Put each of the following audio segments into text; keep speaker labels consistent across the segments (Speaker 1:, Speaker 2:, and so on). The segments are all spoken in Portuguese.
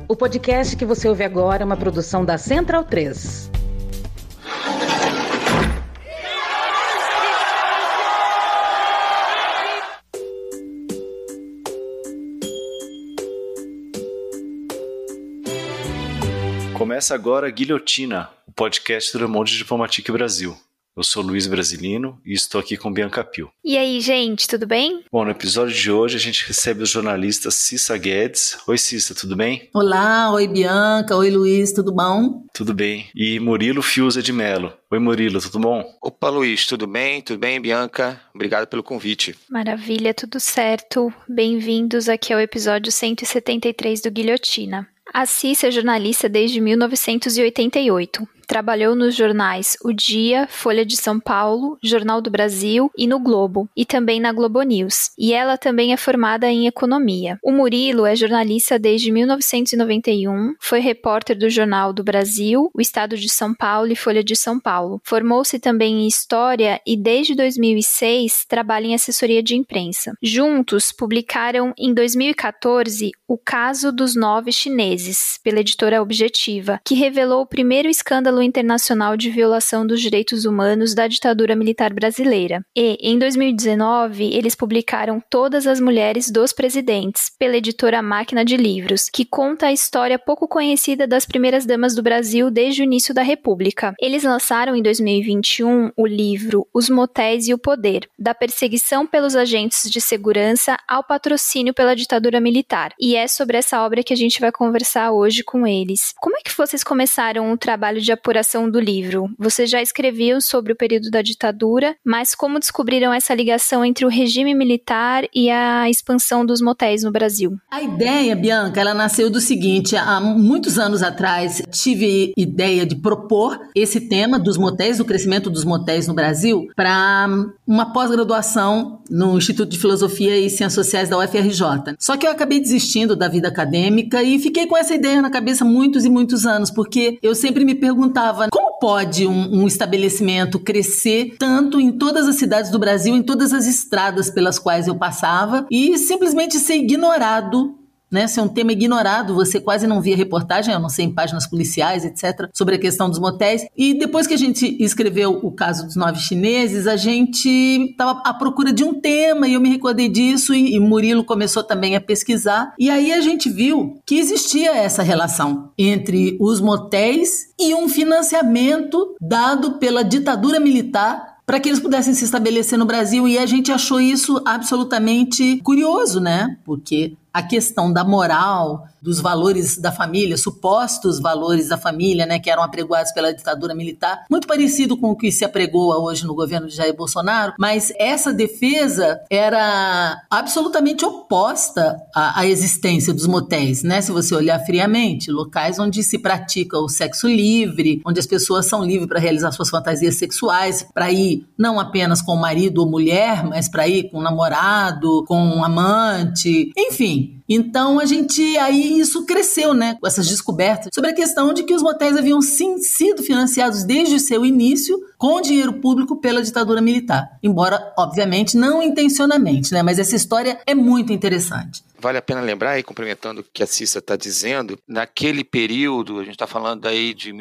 Speaker 1: O podcast que você ouve agora é uma produção da Central 3.
Speaker 2: Começa agora Guilhotina, o podcast do Le Monde Diplomatique Brasil. Eu sou Luiz Brasilino e estou aqui com Bianca Pio.
Speaker 3: E aí, gente, tudo bem?
Speaker 2: Bom, no episódio de hoje a gente recebe o jornalista Cissa Guedes. Oi, Cissa, tudo bem?
Speaker 4: Olá, oi Bianca, oi Luiz, tudo bom?
Speaker 2: Tudo bem. E Murilo Fiuza de Mello. Oi, Murilo, tudo bom?
Speaker 5: Opa, Luiz, tudo bem? Tudo bem, Bianca? Obrigado pelo convite.
Speaker 3: Maravilha, tudo certo. Bem-vindos aqui ao episódio 173 do Guilhotina. A Cissa é jornalista desde 1988. Trabalhou nos jornais O Dia, Folha de São Paulo, Jornal do Brasil e no Globo, e também na Globo News. E ela também é formada em economia. O Murilo é jornalista desde 1991, foi repórter do Jornal do Brasil, O Estado de São Paulo e Folha de São Paulo. Formou-se também em História e desde 2006 trabalha em assessoria de imprensa. Juntos, publicaram em 2014 O Caso dos 9 Chineses, pela editora Objetiva, que revelou o primeiro escândalo internacional de violação dos direitos humanos da ditadura militar brasileira. E, em 2019, eles publicaram Todas as Mulheres dos Presidentes, pela editora Máquina de Livros, que conta a história pouco conhecida das primeiras damas do Brasil desde o início da República. Eles lançaram em 2021 o livro Os Motéis e o Poder, da perseguição pelos agentes de segurança ao patrocínio pela ditadura militar. E é sobre essa obra que a gente vai conversar hoje com eles. Como é que vocês começaram o trabalho de apuração do livro? Vocês já escreviam sobre o período da ditadura, mas como descobriram essa ligação entre o regime militar e a expansão dos motéis no Brasil?
Speaker 4: A ideia, Bianca, ela nasceu do seguinte: há muitos anos atrás tive ideia de propor esse tema dos motéis, do crescimento dos motéis no Brasil, para uma pós-graduação no Instituto de Filosofia e Ciências Sociais da UFRJ. Só que eu acabei desistindo da vida acadêmica e fiquei com essa ideia na cabeça muitos e muitos anos, porque eu sempre me perguntava como pode um estabelecimento crescer tanto em todas as cidades do Brasil, em todas as estradas pelas quais eu passava, e simplesmente ser ignorado, né? Ser um tema ignorado, você quase não via reportagem, eu não sei, em páginas policiais, etc., sobre a questão dos motéis. E depois que a gente escreveu o caso dos 9 chineses, a gente estava à procura de um tema, e eu me recordei disso, e Murilo começou também a pesquisar, e aí a gente viu que existia essa relação entre os motéis e um financiamento dado pela ditadura militar para que eles pudessem se estabelecer no Brasil, e a gente achou isso absolutamente curioso, né? Porque a questão da moral, dos valores da família, supostos valores da família, né, que eram apregoados pela ditadura militar, muito parecido com o que se apregoa hoje no governo de Jair Bolsonaro, mas essa defesa era absolutamente oposta à existência dos motéis, né? Se você olhar friamente, locais onde se pratica o sexo livre, onde as pessoas são livres para realizar suas fantasias sexuais, para ir não apenas com o marido ou mulher, mas para ir com o namorado, com um amante, enfim. Então aí isso cresceu, né, com essas descobertas sobre a questão de que os motéis haviam sim sido financiados desde o seu início com dinheiro público pela ditadura militar, embora obviamente não intencionalmente, né, mas essa história é muito interessante.
Speaker 5: Vale a pena lembrar, e complementando o que a Cissa está dizendo, naquele período, a gente está falando aí de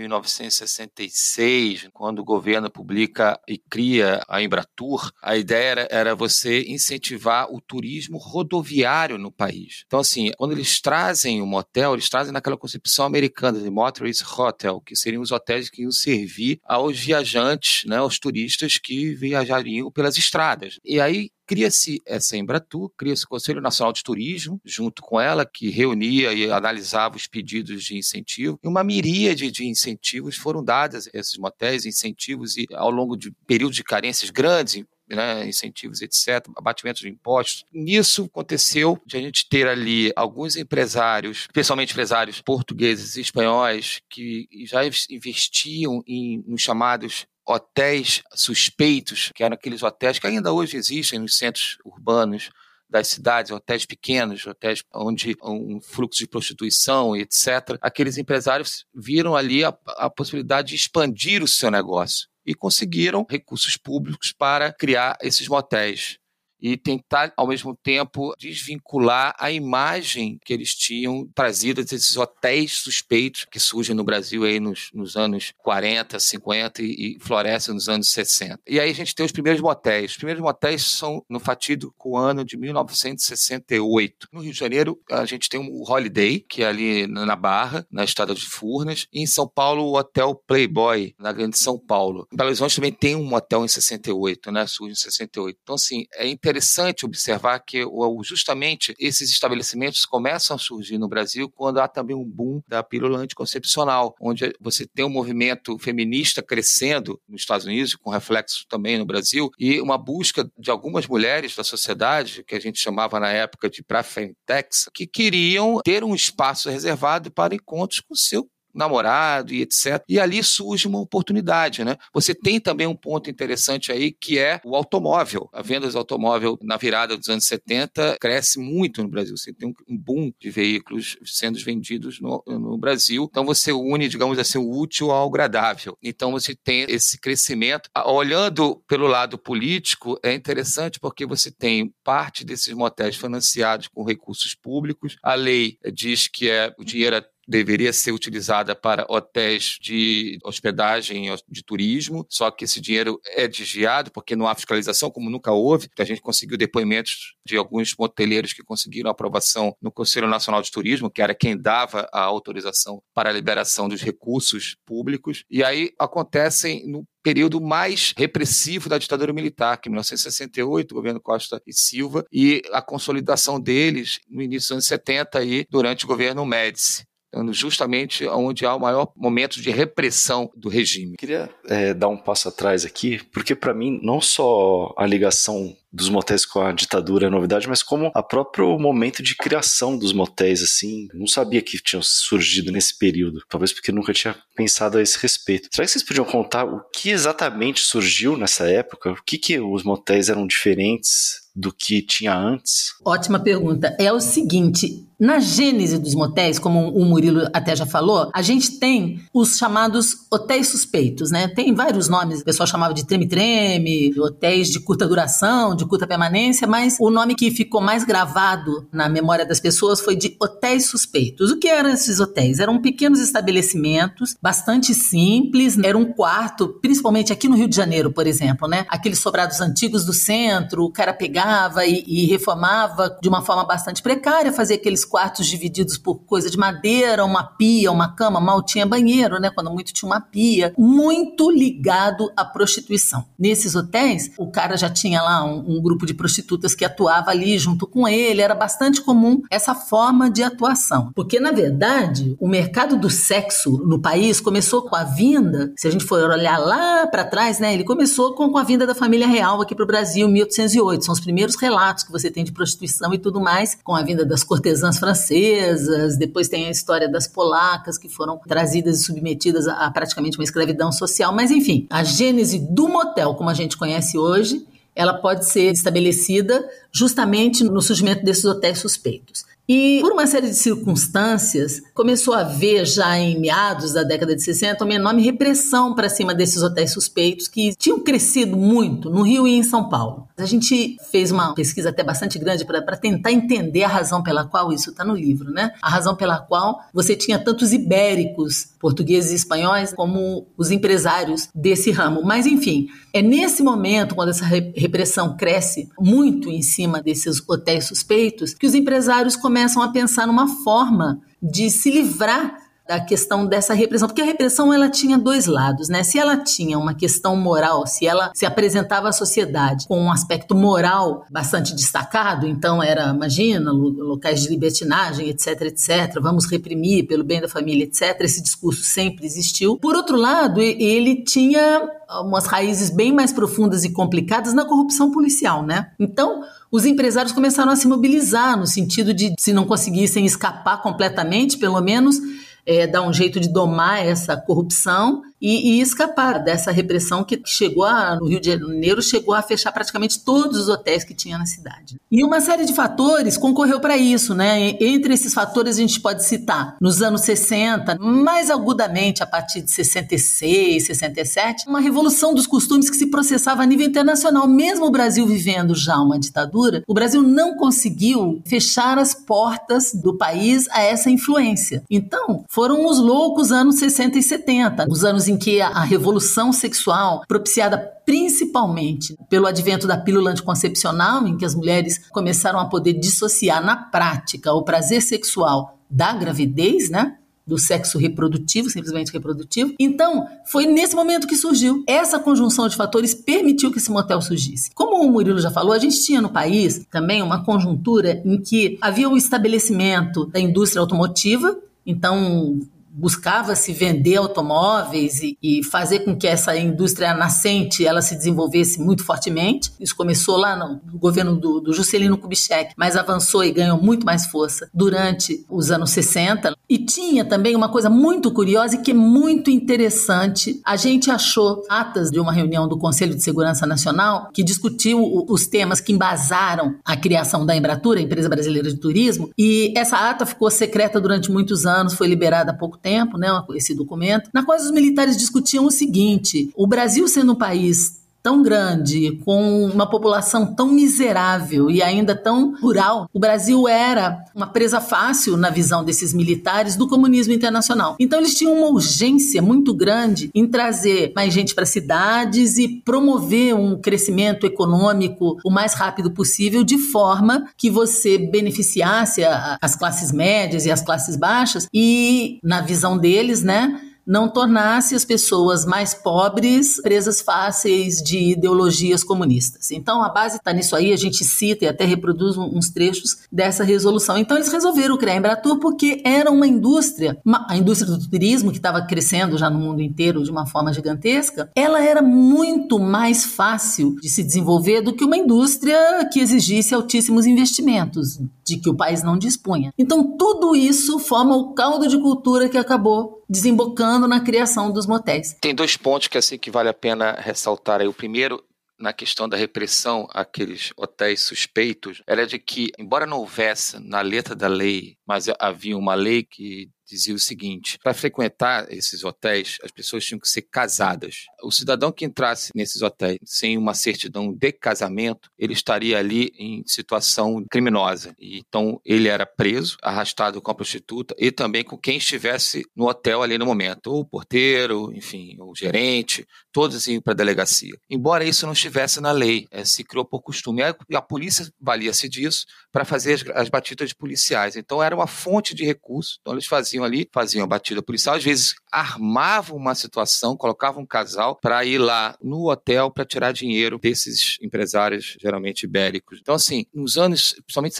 Speaker 5: 1966, quando o governo publica e cria a Embratur, a ideia era você incentivar o turismo rodoviário no país. Então, assim, quando eles trazem o motel, eles trazem naquela concepção americana de motorist hotel, que seriam os hotéis que iam servir aos viajantes, né, aos turistas que viajariam pelas estradas. E aí cria-se essa Embratur, cria-se o Conselho Nacional de Turismo, junto com ela, que reunia e analisava os pedidos de incentivo. E uma miríade de incentivos foram dados a esses motéis, incentivos e ao longo de períodos de carências grandes, né, incentivos, etc., abatimentos de impostos. Nisso aconteceu de a gente ter ali alguns empresários, especialmente empresários portugueses e espanhóis, que já investiam nos chamados hotéis suspeitos, que eram aqueles hotéis que ainda hoje existem nos centros urbanos das cidades, hotéis pequenos, hotéis onde um fluxo de prostituição, etc. Aqueles empresários viram ali a possibilidade de expandir o seu negócio e conseguiram recursos públicos para criar esses motéis. e tentar, ao mesmo tempo, desvincular a imagem que eles tinham trazida desses hotéis suspeitos que surgem no Brasil aí nos anos 40, 50 e florescem nos anos 60. E aí a gente tem os primeiros motéis. Os primeiros motéis são no fatídico ano de 1968. No Rio de Janeiro, a gente tem o Holiday, que é ali na Barra, na Estrada de Furnas, e em São Paulo, o Hotel Playboy, na Grande São Paulo. Em Belo Horizonte também tem um motel em 68, né? Surge em 68. Então, assim, é interessante observar que justamente esses estabelecimentos começam a surgir no Brasil quando há também um boom da pílula anticoncepcional, onde você tem um movimento feminista crescendo nos Estados Unidos, com reflexo também no Brasil, e uma busca de algumas mulheres da sociedade, que a gente chamava na época de prafemtex, que queriam ter um espaço reservado para encontros com seu namorado e etc. E ali surge uma oportunidade, né? Você tem também um ponto interessante aí, que é o automóvel. A venda de automóvel na virada dos anos 70 cresce muito no Brasil. Você tem um boom de veículos sendo vendidos no Brasil. Então você une, digamos assim, o útil ao agradável. Então você tem esse crescimento. Olhando pelo lado político, é interessante porque você tem parte desses motéis financiados com recursos públicos. A lei diz que o dinheiro deveria ser utilizada para hotéis de hospedagem, de turismo, só que esse dinheiro é desviado porque não há fiscalização, como nunca houve. A gente conseguiu depoimentos de alguns moteleiros que conseguiram aprovação no Conselho Nacional de Turismo, que era quem dava a autorização para a liberação dos recursos públicos, e aí acontecem no período mais repressivo da ditadura militar, que em 1968, o governo Costa e Silva, e a consolidação deles no início dos anos 70, aí, durante o governo Médici, justamente onde há o maior momento de repressão do regime.
Speaker 2: Queria dar um passo atrás aqui, porque para mim não só a ligação dos motéis com a ditadura é novidade, mas como o próprio momento de criação dos motéis, assim, não sabia que tinham surgido nesse período, talvez porque nunca tinha pensado a esse respeito. Será que vocês podiam contar o que exatamente surgiu nessa época? O que os motéis eram diferentes do que tinha antes?
Speaker 4: Ótima pergunta. É o seguinte, na gênese dos motéis, como o Murilo até já falou, a gente tem os chamados hotéis suspeitos, né? Tem vários nomes, o pessoal chamava de treme-treme, hotéis de curta duração, de curta permanência, mas o nome que ficou mais gravado na memória das pessoas foi de hotéis suspeitos. O que eram esses hotéis? Eram pequenos estabelecimentos, bastante simples, era um quarto, principalmente aqui no Rio de Janeiro, por exemplo, né? Aqueles sobrados antigos do centro, o cara pegava e reformava de uma forma bastante precária, fazia aqueles quartos divididos por coisa de madeira, uma pia, uma cama, mal tinha banheiro, né? Quando muito tinha uma pia, muito ligado à prostituição. Nesses hotéis, o cara já tinha lá um grupo de prostitutas que atuava ali junto com ele, era bastante comum essa forma de atuação. Porque, na verdade, o mercado do sexo no país começou com a vinda, se a gente for olhar lá para trás, né? Ele começou com a vinda da família real aqui para o Brasil em 1808, são os primeiros relatos que você tem de prostituição e tudo mais, com a vinda das cortesãs francesas, depois tem a história das polacas que foram trazidas e submetidas a praticamente uma escravidão social, mas enfim, a gênese do motel, como a gente conhece hoje, ela pode ser estabelecida justamente no surgimento desses hotéis suspeitos. E, por uma série de circunstâncias, começou a haver, já em meados da década de 60, uma enorme repressão para cima desses hotéis suspeitos que tinham crescido muito no Rio e em São Paulo. A gente fez uma pesquisa até bastante grande para tentar entender a razão pela qual isso está no livro, né? A razão pela qual você tinha tantos ibéricos, portugueses e espanhóis, como os empresários desse ramo. Mas, enfim, é nesse momento, quando essa repressão cresce muito em cima desses hotéis suspeitos, que os empresários começam a pensar numa forma de se livrar da questão dessa repressão, porque a repressão ela tinha dois lados, né? Se ela tinha uma questão moral, se ela se apresentava à sociedade com um aspecto moral bastante destacado, então era, imagina, locais de libertinagem, etc, etc, vamos reprimir pelo bem da família, etc, esse discurso sempre existiu. Por outro lado, ele tinha umas raízes bem mais profundas e complicadas na corrupção policial, né? Então, os empresários começaram a se mobilizar no sentido de, se não conseguissem escapar completamente, pelo menos dar um jeito de domar essa corrupção e escapar dessa repressão que chegou no Rio de Janeiro, chegou a fechar praticamente todos os hotéis que tinha na cidade. E uma série de fatores concorreu para isso, né? Entre esses fatores a gente pode citar, nos anos 60, mais agudamente a partir de 66, 67, uma revolução dos costumes que se processava a nível internacional. Mesmo o Brasil vivendo já uma ditadura, o Brasil não conseguiu fechar as portas do país a essa influência. Então, foram os loucos anos 60 e 70, os anos em que a revolução sexual, propiciada principalmente pelo advento da pílula anticoncepcional, em que as mulheres começaram a poder dissociar na prática o prazer sexual da gravidez, né? Do sexo reprodutivo, simplesmente reprodutivo. Então, foi nesse momento que surgiu. Essa conjunção de fatores permitiu que esse motel surgisse. Como o Murilo já falou, a gente tinha no país também uma conjuntura em que havia o estabelecimento da indústria automotiva, então buscava-se vender automóveis e fazer com que essa indústria nascente ela se desenvolvesse muito fortemente. Isso começou lá no governo do Juscelino Kubitschek, mas avançou e ganhou muito mais força durante os anos 60. E tinha também uma coisa muito curiosa e que é muito interessante. A gente achou atas de uma reunião do Conselho de Segurança Nacional que discutiu os temas que embasaram a criação da Embratur, a Empresa Brasileira de Turismo, e essa ata ficou secreta durante muitos anos, foi liberada há pouco tempo, né, esse documento, na qual os militares discutiam o seguinte: o Brasil sendo um país tão grande, com uma população tão miserável e ainda tão rural, o Brasil era uma presa fácil, na visão desses militares, do comunismo internacional. Então eles tinham uma urgência muito grande em trazer mais gente para as cidades e promover um crescimento econômico o mais rápido possível, de forma que você beneficiasse as classes médias e as classes baixas e, na visão deles, né, não tornasse as pessoas mais pobres presas fáceis de ideologias comunistas. Então, a base está nisso aí, a gente cita e até reproduz uns trechos dessa resolução. Então, eles resolveram criar a Embratur porque era uma indústria, a indústria do turismo, que estava crescendo já no mundo inteiro de uma forma gigantesca, ela era muito mais fácil de se desenvolver do que uma indústria que exigisse altíssimos investimentos, de que o país não dispunha. Então, tudo isso forma o caldo de cultura que acabou desembocando na criação dos motéis.
Speaker 5: Tem dois pontos que vale a pena ressaltar aí. O primeiro, na questão da repressão àqueles hotéis suspeitos, era de que, embora não houvesse na letra da lei, mas havia uma lei que dizia o seguinte: para frequentar esses hotéis, as pessoas tinham que ser casadas. O cidadão que entrasse nesses hotéis sem uma certidão de casamento, ele estaria ali em situação criminosa. E, então, ele era preso, arrastado com a prostituta e também com quem estivesse no hotel ali no momento. Ou o porteiro, enfim, o gerente, todos iam para a delegacia. Embora isso não estivesse na lei, se criou por costume. E a polícia valia-se disso para fazer as batidas policiais. Então, era uma fonte de recursos. Então, eles faziam a batida policial, às vezes armavam uma situação, colocavam um casal para ir lá no hotel para tirar dinheiro desses empresários, geralmente ibéricos. Então, assim, nos anos, principalmente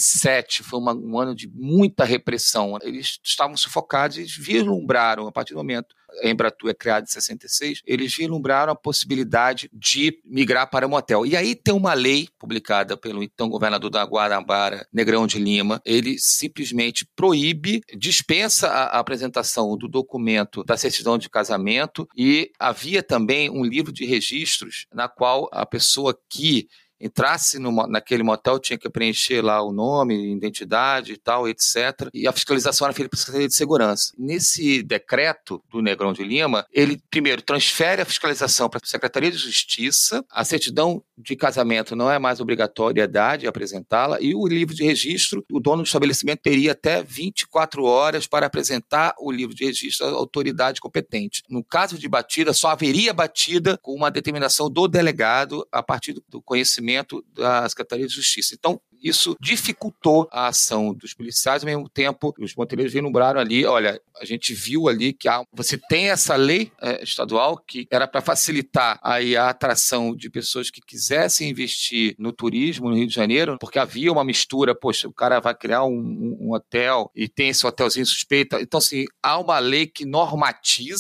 Speaker 5: 67, foi um ano de muita repressão. Eles estavam sufocados e vislumbraram, a partir do momento a Embratur é criada em 66, eles vislumbraram a possibilidade de migrar para um hotel. E aí tem uma lei publicada pelo então governador da Guanabara, Negrão de Lima. Ele simplesmente proíbe, dispensa a apresentação do documento da certidão de casamento, e havia também um livro de registros na qual a pessoa que entrasse naquele motel tinha que preencher lá o nome, identidade e tal, etc. E a fiscalização era feita pela Secretaria de Segurança. Nesse decreto do Negrão de Lima, ele primeiro transfere a fiscalização para a Secretaria de Justiça, a certidão de casamento não é mais obrigatoriedade apresentá-la, e o livro de registro, o dono do estabelecimento teria até 24 horas para apresentar o livro de registro à autoridade competente. No caso de batida, só haveria batida com uma determinação do delegado a partir do conhecimento da Secretaria de Justiça. Então, isso dificultou a ação dos policiais. Ao mesmo tempo, os moteleiros vislumbraram ali, olha, a gente viu ali que você tem essa lei estadual que era para facilitar aí a atração de pessoas que quisessem investir no turismo no Rio de Janeiro, porque havia uma mistura, poxa, o cara vai criar um hotel e tem esse hotelzinho suspeito. Então, assim, há uma lei que normatiza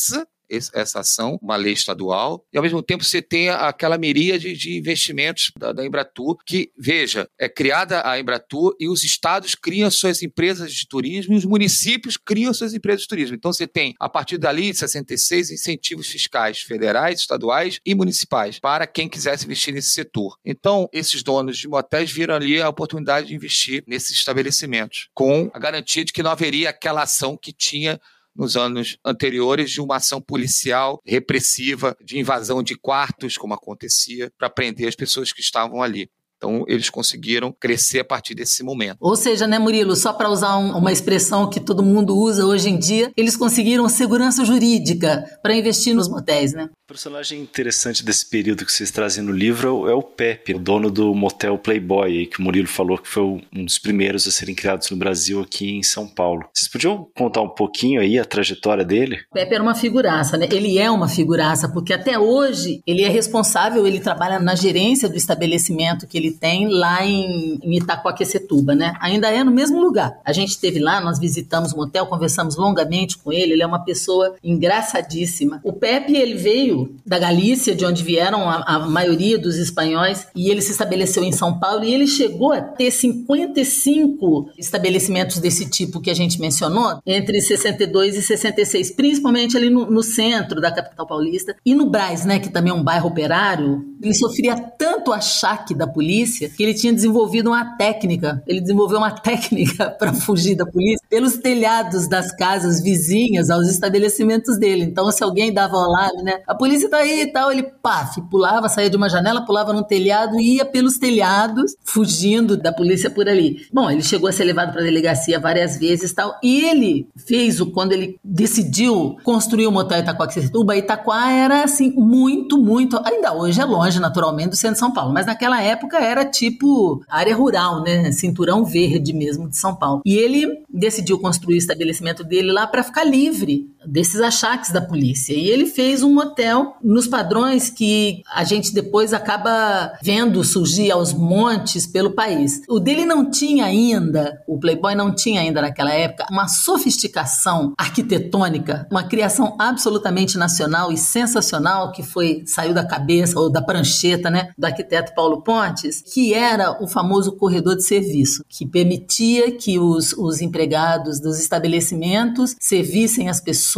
Speaker 5: essa ação, uma lei estadual, e ao mesmo tempo você tem aquela miríade de investimentos da Embratur, que, veja, é criada a Embratur e os estados criam suas empresas de turismo e os municípios criam suas empresas de turismo. Então você tem, a partir dali, 66, incentivos fiscais federais, estaduais e municipais para quem quisesse investir nesse setor. Então, esses donos de motéis viram ali a oportunidade de investir nesses estabelecimentos, com a garantia de que não haveria aquela ação que tinha nos anos anteriores de uma ação policial repressiva, de invasão de quartos, como acontecia, para prender as pessoas que estavam ali. Então, eles conseguiram crescer a partir desse momento.
Speaker 4: Ou seja, né, Murilo, só para usar uma expressão que todo mundo usa hoje em dia, eles conseguiram segurança jurídica para investir nos motéis, né?
Speaker 2: O personagem interessante desse período que vocês trazem no livro é o Pepe, o dono do motel Playboy, que o Murilo falou que foi um dos primeiros a serem criados no Brasil aqui em São Paulo. Vocês podiam contar um pouquinho aí a trajetória dele?
Speaker 4: O Pepe era uma figuraça, né? Ele é uma figuraça, porque até hoje ele é responsável, ele trabalha na gerência do estabelecimento que ele tem lá em Itaquaquecetuba, né? Ainda é no mesmo lugar. A gente esteve lá, nós visitamos o motel, conversamos longamente com ele é uma pessoa engraçadíssima. O Pepe, ele veio da Galícia, de onde vieram a maioria dos espanhóis, e ele se estabeleceu em São Paulo, e ele chegou a ter 55 estabelecimentos desse tipo que a gente mencionou, entre 62 e 66, principalmente ali no centro da capital paulista, e no Brás, né, que também é um bairro operário. Ele sofria tanto achaque da polícia que ele tinha desenvolvido uma técnica, para fugir da polícia pelos telhados das casas vizinhas aos estabelecimentos dele. Então, se alguém dava um alarme, né, a polícia tá aí e tal, ele pulava, saía de uma janela, pulava num telhado e ia pelos telhados, fugindo da polícia por ali. Bom, ele chegou a ser levado para a delegacia várias vezes e tal, e ele quando ele decidiu construir o motel Itaquaquecetuba, Itaquá era assim, muito, ainda hoje é longe, naturalmente, do centro de São Paulo, mas naquela época era tipo área rural, né, cinturão verde mesmo de São Paulo. E ele decidiu construir o estabelecimento dele lá para ficar livre desses achaques da polícia. E ele fez um motel nos padrões que a gente depois acaba vendo surgir aos montes pelo país. O dele não tinha ainda, o Playboy não tinha ainda naquela época, uma sofisticação arquitetônica, uma criação absolutamente nacional e sensacional que saiu da cabeça ou da prancheta, né, do arquiteto Paulo Pontes, que era o famoso corredor de serviço, que permitia que os empregados dos estabelecimentos servissem as pessoas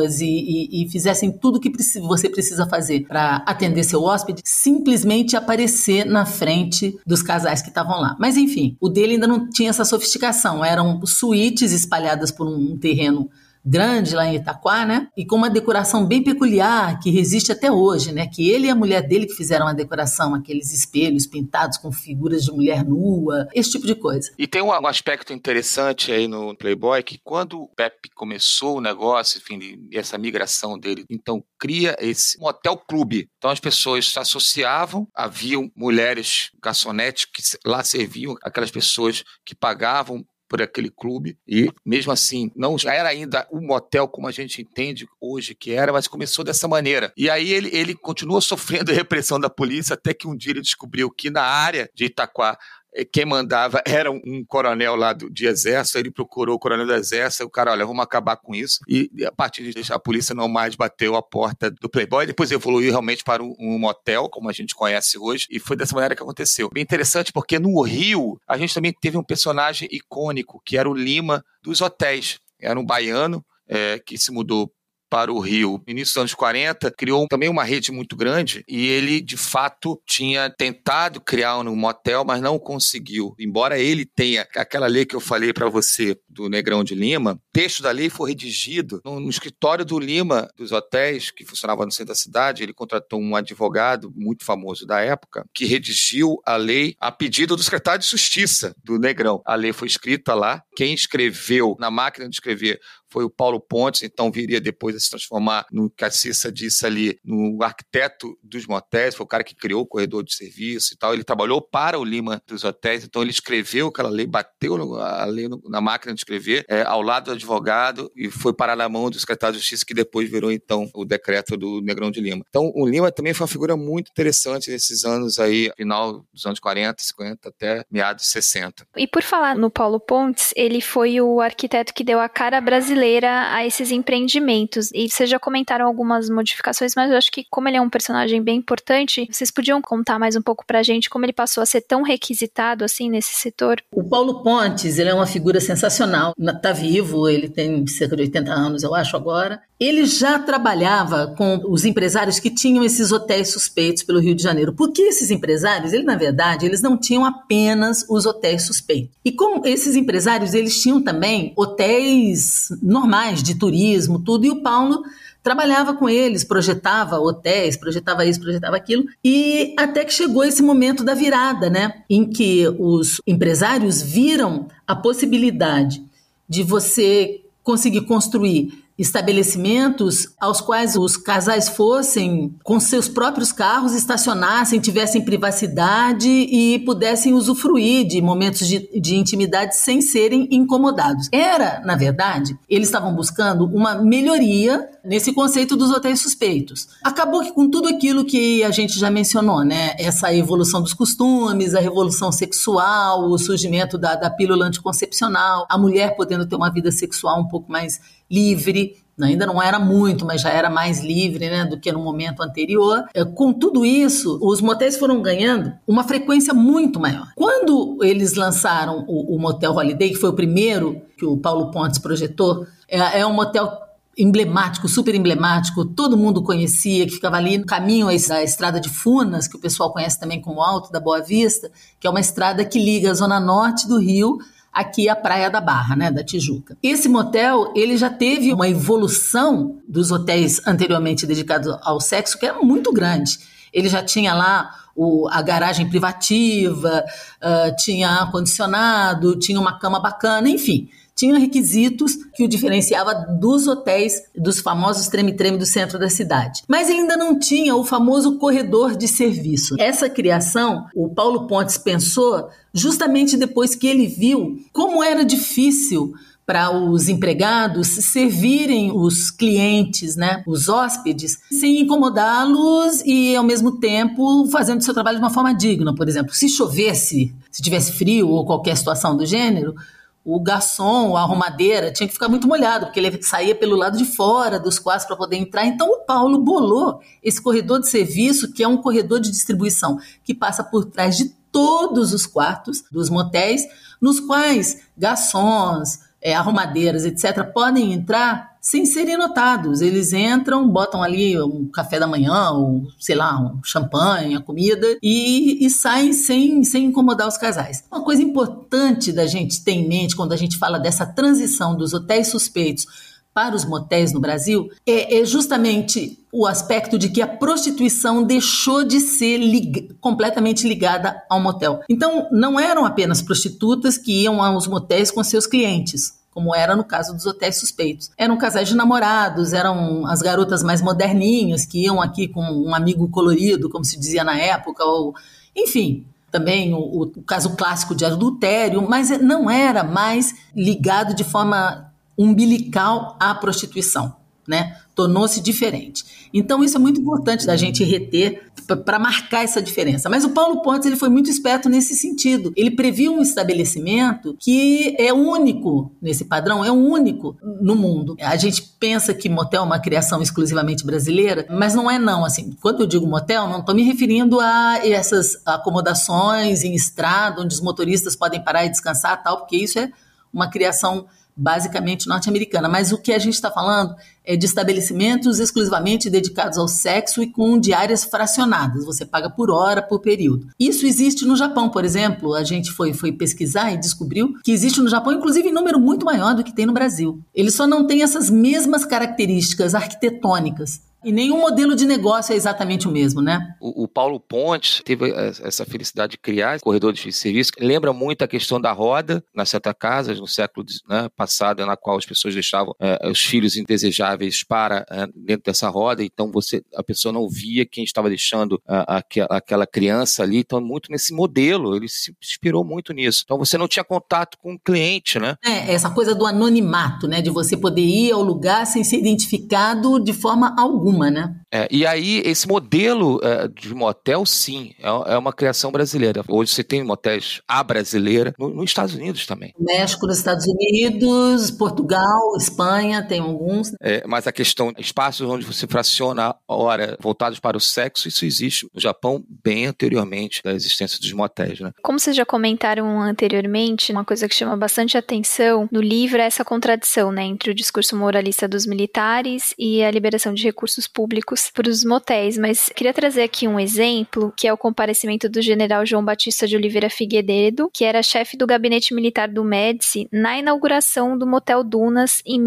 Speaker 4: e fizessem tudo o que você precisa fazer para atender seu hóspede, simplesmente aparecer na frente dos casais que estavam lá. Mas enfim, o dele ainda não tinha essa sofisticação, eram suítes espalhadas por um terreno grande lá em Itaquá, né? E com uma decoração bem peculiar, que resiste até hoje, né? Que ele e a mulher dele que fizeram a decoração, aqueles espelhos pintados com figuras de mulher nua, esse tipo de coisa.
Speaker 5: E tem um aspecto interessante aí no Playboy, que quando o Pepe começou o negócio, enfim, essa migração dele, então cria esse motel clube. Então as pessoas se associavam, haviam mulheres garçonetes que lá serviam aquelas pessoas que pagavam por aquele clube, e mesmo assim não era ainda um motel como a gente entende hoje que era, mas começou dessa maneira. E aí ele continuou sofrendo a repressão da polícia até que um dia ele descobriu que na área de Itaquá quem mandava era um coronel lá de exército. Ele procurou o coronel do exército, o cara, olha, vamos acabar com isso, e a partir disso a polícia não mais bateu a porta do Playboy, depois evoluiu realmente para um motel, como a gente conhece hoje, e foi dessa maneira que aconteceu. Bem interessante, porque no Rio a gente também teve um personagem icônico, que era o Lima dos hotéis. Era um baiano que se mudou para o Rio. No início dos anos 40, criou também uma rede muito grande e ele, de fato, tinha tentado criar um motel, mas não conseguiu. Embora ele tenha aquela lei que eu falei para você, do Negrão de Lima, o texto da lei foi redigido no escritório do Lima, dos hotéis, que funcionava no centro da cidade. Ele contratou um advogado muito famoso da época, que redigiu a lei a pedido do secretário de Justiça do Negrão. A lei foi escrita lá. Quem escreveu na máquina de escrever foi o Paulo Pontes, então viria depois a se transformar, no que a Cissa disse ali, no arquiteto dos motéis, foi o cara que criou o corredor de serviço e tal. Ele trabalhou para o Lima dos hotéis, então ele escreveu aquela lei, bateu a lei na máquina de escrever, ao lado do advogado, e foi parar na mão do secretário de Justiça, que depois virou então o decreto do Negrão de Lima. Então o Lima também foi uma figura muito interessante nesses anos aí, final dos anos 40, 50 até meados de 60.
Speaker 3: E por falar no Paulo Pontes, ele foi o arquiteto que deu a cara brasileira brasileira a esses empreendimentos. E vocês já comentaram algumas modificações, mas eu acho que como ele é um personagem bem importante, vocês podiam contar mais um pouco pra gente como ele passou a ser tão requisitado assim nesse setor?
Speaker 4: O Paulo Pontes, ele é uma figura sensacional. Está vivo, ele tem cerca de 80 anos, eu acho, agora. Ele já trabalhava com os empresários que tinham esses hotéis suspeitos pelo Rio de Janeiro. Porque esses empresários, na verdade, eles não tinham apenas os hotéis suspeitos. E como esses empresários, eles tinham também hotéis normais, de turismo, tudo. E o Paulo trabalhava com eles, projetava hotéis, projetava isso, projetava aquilo, e até que chegou esse momento da virada, né? Em que os empresários viram a possibilidade de você conseguir construir estabelecimentos aos quais os casais fossem com seus próprios carros, estacionassem, tivessem privacidade e pudessem usufruir de momentos de intimidade sem serem incomodados. Era, na verdade, eles estavam buscando uma melhoria nesse conceito dos hotéis suspeitos. Acabou que com tudo aquilo que a gente já mencionou, né? Essa evolução dos costumes, a revolução sexual, o surgimento da pílula anticoncepcional, a mulher podendo ter uma vida sexual um pouco mais livre, ainda não era muito, mas já era mais livre, né, do que no momento anterior. Com tudo isso, os motéis foram ganhando uma frequência muito maior. Quando eles lançaram o Motel Holiday, que foi o primeiro que o Paulo Pontes projetou, é um motel emblemático, super emblemático, todo mundo conhecia, que ficava ali no caminho da estrada de Funas, que o pessoal conhece também como Alto da Boa Vista, que é uma estrada que liga a zona norte do Rio aqui a Praia da Barra, né, da Tijuca. Esse motel, ele já teve uma evolução dos hotéis anteriormente dedicados ao sexo, que era muito grande. Ele já tinha lá a garagem privativa, tinha ar-condicionado, tinha uma cama bacana, enfim. Tinha requisitos que o diferenciava dos hotéis, dos famosos treme-treme do centro da cidade. Mas ele ainda não tinha o famoso corredor de serviço. Essa criação, o Paulo Pontes pensou justamente depois que ele viu como era difícil para os empregados servirem os clientes, né, os hóspedes, sem incomodá-los e, ao mesmo tempo, fazendo o seu trabalho de uma forma digna. Por exemplo, se chovesse, se tivesse frio ou qualquer situação do gênero, o garçom, a arrumadeira, tinha que ficar muito molhado, porque ele saía pelo lado de fora dos quartos para poder entrar. Então, o Paulo bolou esse corredor de serviço, que é um corredor de distribuição, que passa por trás de todos os quartos dos motéis, nos quais garçons, arrumadeiras, etc., podem entrar sem serem notados. Eles entram, botam ali um café da manhã, ou sei lá, um champanhe, a comida, e saem sem incomodar os casais. Uma coisa importante da gente ter em mente quando a gente fala dessa transição dos hotéis suspeitos para os motéis no Brasil é justamente o aspecto de que a prostituição deixou de ser completamente ligada ao motel. Então, não eram apenas prostitutas que iam aos motéis com seus clientes, como era no caso dos hotéis suspeitos. Eram casais de namorados, eram as garotas mais moderninhas que iam aqui com um amigo colorido, como se dizia na época, ou, enfim, também o caso clássico de adultério, mas não era mais ligado de forma umbilical à prostituição, né? Tornou-se diferente. Então, isso é muito importante da gente reter para marcar essa diferença. Mas o Paulo Pontes, ele foi muito esperto nesse sentido. Ele previu um estabelecimento que é único nesse padrão, é único no mundo. A gente pensa que motel é uma criação exclusivamente brasileira, mas não é não. Assim, quando eu digo motel, não estou me referindo a essas acomodações em estrada, onde os motoristas podem parar e descansar, tal, porque isso é uma criação basicamente norte-americana, mas o que a gente está falando é de estabelecimentos exclusivamente dedicados ao sexo e com diárias fracionadas, você paga por hora, por período. Isso existe no Japão, por exemplo, a gente foi pesquisar e descobriu que existe no Japão, inclusive em número muito maior do que tem no Brasil. Ele só não tem essas mesmas características arquitetônicas. E nenhum modelo de negócio é exatamente o mesmo, né?
Speaker 5: O Paulo Pontes teve essa felicidade de criar esse corredor de serviço. Lembra muito a questão da roda nas Santa Casas, no século passado, na qual as pessoas deixavam os filhos indesejáveis para dentro dessa roda. Então, a pessoa não via quem estava deixando aquela criança ali. Então, muito nesse modelo, ele se inspirou muito nisso. Então, você não tinha contato com o cliente, né?
Speaker 4: Essa coisa do anonimato, né? De você poder ir ao lugar sem ser identificado de forma alguma, né?
Speaker 5: E aí, esse modelo de motel, sim, é uma criação brasileira. Hoje você tem motéis à brasileira, nos Estados Unidos também.
Speaker 4: México, nos Estados Unidos, Portugal, Espanha, tem alguns.
Speaker 5: Mas a questão, espaços onde você fraciona a hora voltados para o sexo, isso existe no Japão bem anteriormente da existência dos motéis, né?
Speaker 3: Como vocês já comentaram anteriormente, uma coisa que chama bastante atenção no livro é essa contradição, né, entre o discurso moralista dos militares e a liberação de recursos públicos para os motéis. Mas queria trazer aqui um exemplo, que é o comparecimento do general João Batista de Oliveira Figueiredo, que era chefe do gabinete militar do Médici, na inauguração do Motel Dunas em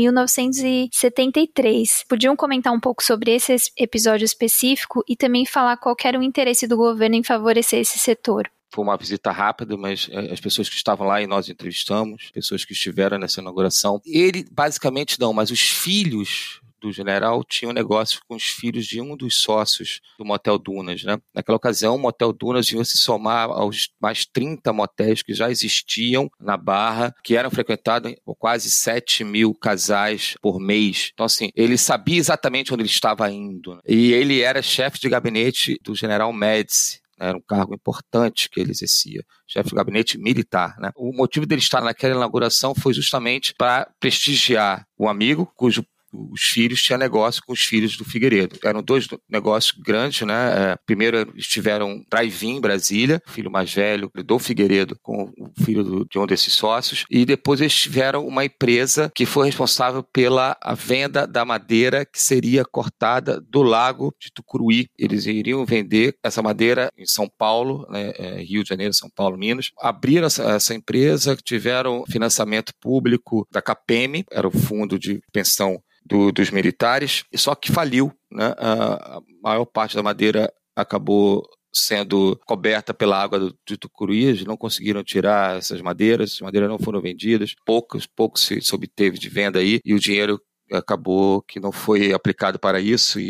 Speaker 3: 1973. Podiam comentar um pouco sobre esse episódio específico e também falar qual era o interesse do governo em favorecer esse setor?
Speaker 5: Foi uma visita rápida, mas as pessoas que estavam lá e nós entrevistamos, pessoas que estiveram nessa inauguração, ele basicamente não, mas os filhos do general tinham negócio com os filhos de um dos sócios do Motel Dunas, né? Naquela ocasião, o Motel Dunas ia se somar aos mais 30 motéis que já existiam na Barra, que eram frequentados por quase 7 mil casais por mês. Então, assim, ele sabia exatamente onde ele estava indo, né? E ele era chefe de gabinete do general Médici. Era um cargo importante que ele exercia, chefe de gabinete militar, né? O motivo dele estar naquela inauguração foi justamente para prestigiar um amigo cujo os filhos tinham negócio com os filhos do Figueiredo. Eram dois negócios grandes, né? Primeiro estiveram drive-in em Brasília, o filho mais velho do Figueiredo com o filho de um desses sócios, e depois eles tiveram uma empresa que foi responsável pela venda da madeira que seria cortada do lago de Tucuruí. Eles iriam vender essa madeira em São Paulo, né? Rio de Janeiro, São Paulo, Minas. Abriram essa empresa, tiveram financiamento público da CAPEM, era o fundo de pensão dos militares, só que faliu, né? A maior parte da madeira acabou sendo coberta pela água de Tucuruí, eles não conseguiram tirar essas madeiras, as madeiras não foram vendidas, pouco se obteve de venda aí, e o dinheiro acabou que não foi aplicado para isso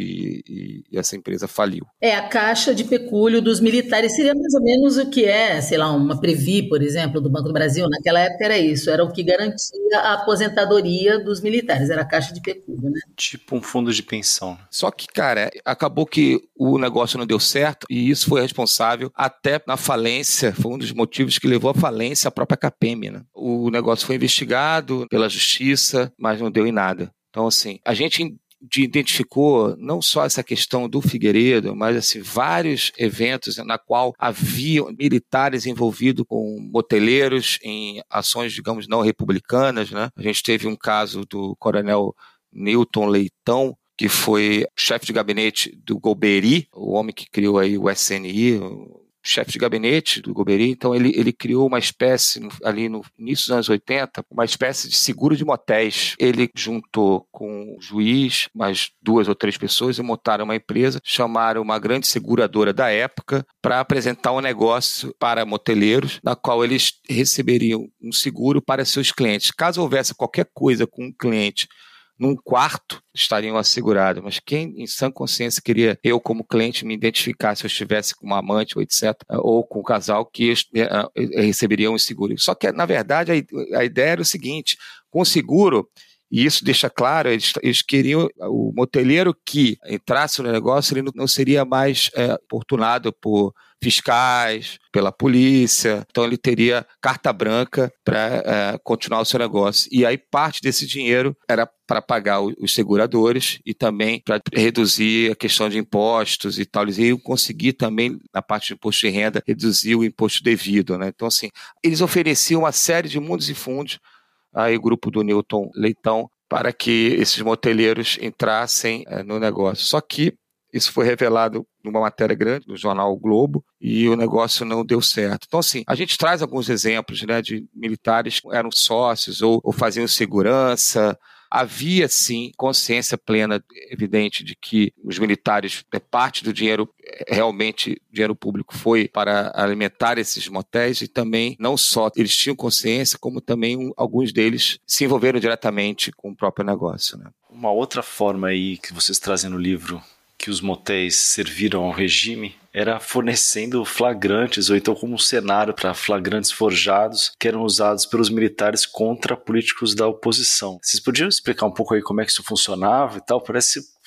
Speaker 5: e essa empresa faliu.
Speaker 4: A caixa de pecúlio dos militares seria mais ou menos o que sei lá, uma Previ, por exemplo, do Banco do Brasil. Naquela época era isso, era o que garantia a aposentadoria dos militares, era a caixa de pecúlio, né?
Speaker 2: Tipo um fundo de pensão.
Speaker 5: Só que, cara, acabou que o negócio não deu certo e isso foi responsável até na falência, foi um dos motivos que levou à falência a própria CAPEM, né? O negócio foi investigado pela justiça, mas não deu em nada. Então, assim, a gente identificou não só essa questão do Figueiredo, mas assim, vários eventos na qual havia militares envolvidos com moteleiros em ações, digamos, não republicanas, né? A gente teve um caso do coronel Newton Leitão, que foi chefe de gabinete do Golbery, o homem que criou aí o SNI, chefe de gabinete do Golbery. Então ele criou uma espécie, ali no início dos anos 80, uma espécie de seguro de motéis. Ele juntou com o juiz, mais 2 ou 3 pessoas, e montaram uma empresa, chamaram uma grande seguradora da época para apresentar um negócio para moteleiros, na qual eles receberiam um seguro para seus clientes. Caso houvesse qualquer coisa com um cliente num quarto, estariam assegurados. Mas quem, em sã consciência, queria, eu como cliente, me identificar se eu estivesse com uma amante, ou etc., ou com um casal, que receberiam um seguro. Só que, na verdade, a ideia era o seguinte: com o seguro, e isso deixa claro, eles queriam, o moteleiro que entrasse no negócio, ele não seria mais importunado por fiscais, pela polícia, então ele teria carta branca para continuar o seu negócio. E aí parte desse dinheiro era para pagar os seguradores e também para reduzir a questão de impostos e tal. Eles iam conseguir também, na parte de imposto de renda, reduzir o imposto devido, né? Então, assim, eles ofereciam uma série de mundos e fundos, aí o grupo do Newton Leitão, para que esses moteleiros entrassem no negócio. Só que isso foi revelado numa matéria grande no jornal o Globo e o negócio não deu certo. Então, assim, a gente traz alguns exemplos, né, de militares que eram sócios ou faziam segurança. Havia, sim, consciência plena, evidente, de que os militares, parte do dinheiro, realmente, dinheiro público, foi para alimentar esses motéis, e também, não só eles tinham consciência, como também alguns deles se envolveram diretamente com o próprio negócio, né?
Speaker 2: Uma outra forma aí que vocês trazem no livro que os motéis serviram ao regime era fornecendo flagrantes, ou então como um cenário para flagrantes forjados que eram usados pelos militares contra políticos da oposição. Vocês podiam explicar um pouco aí como é que isso funcionava e tal? Parece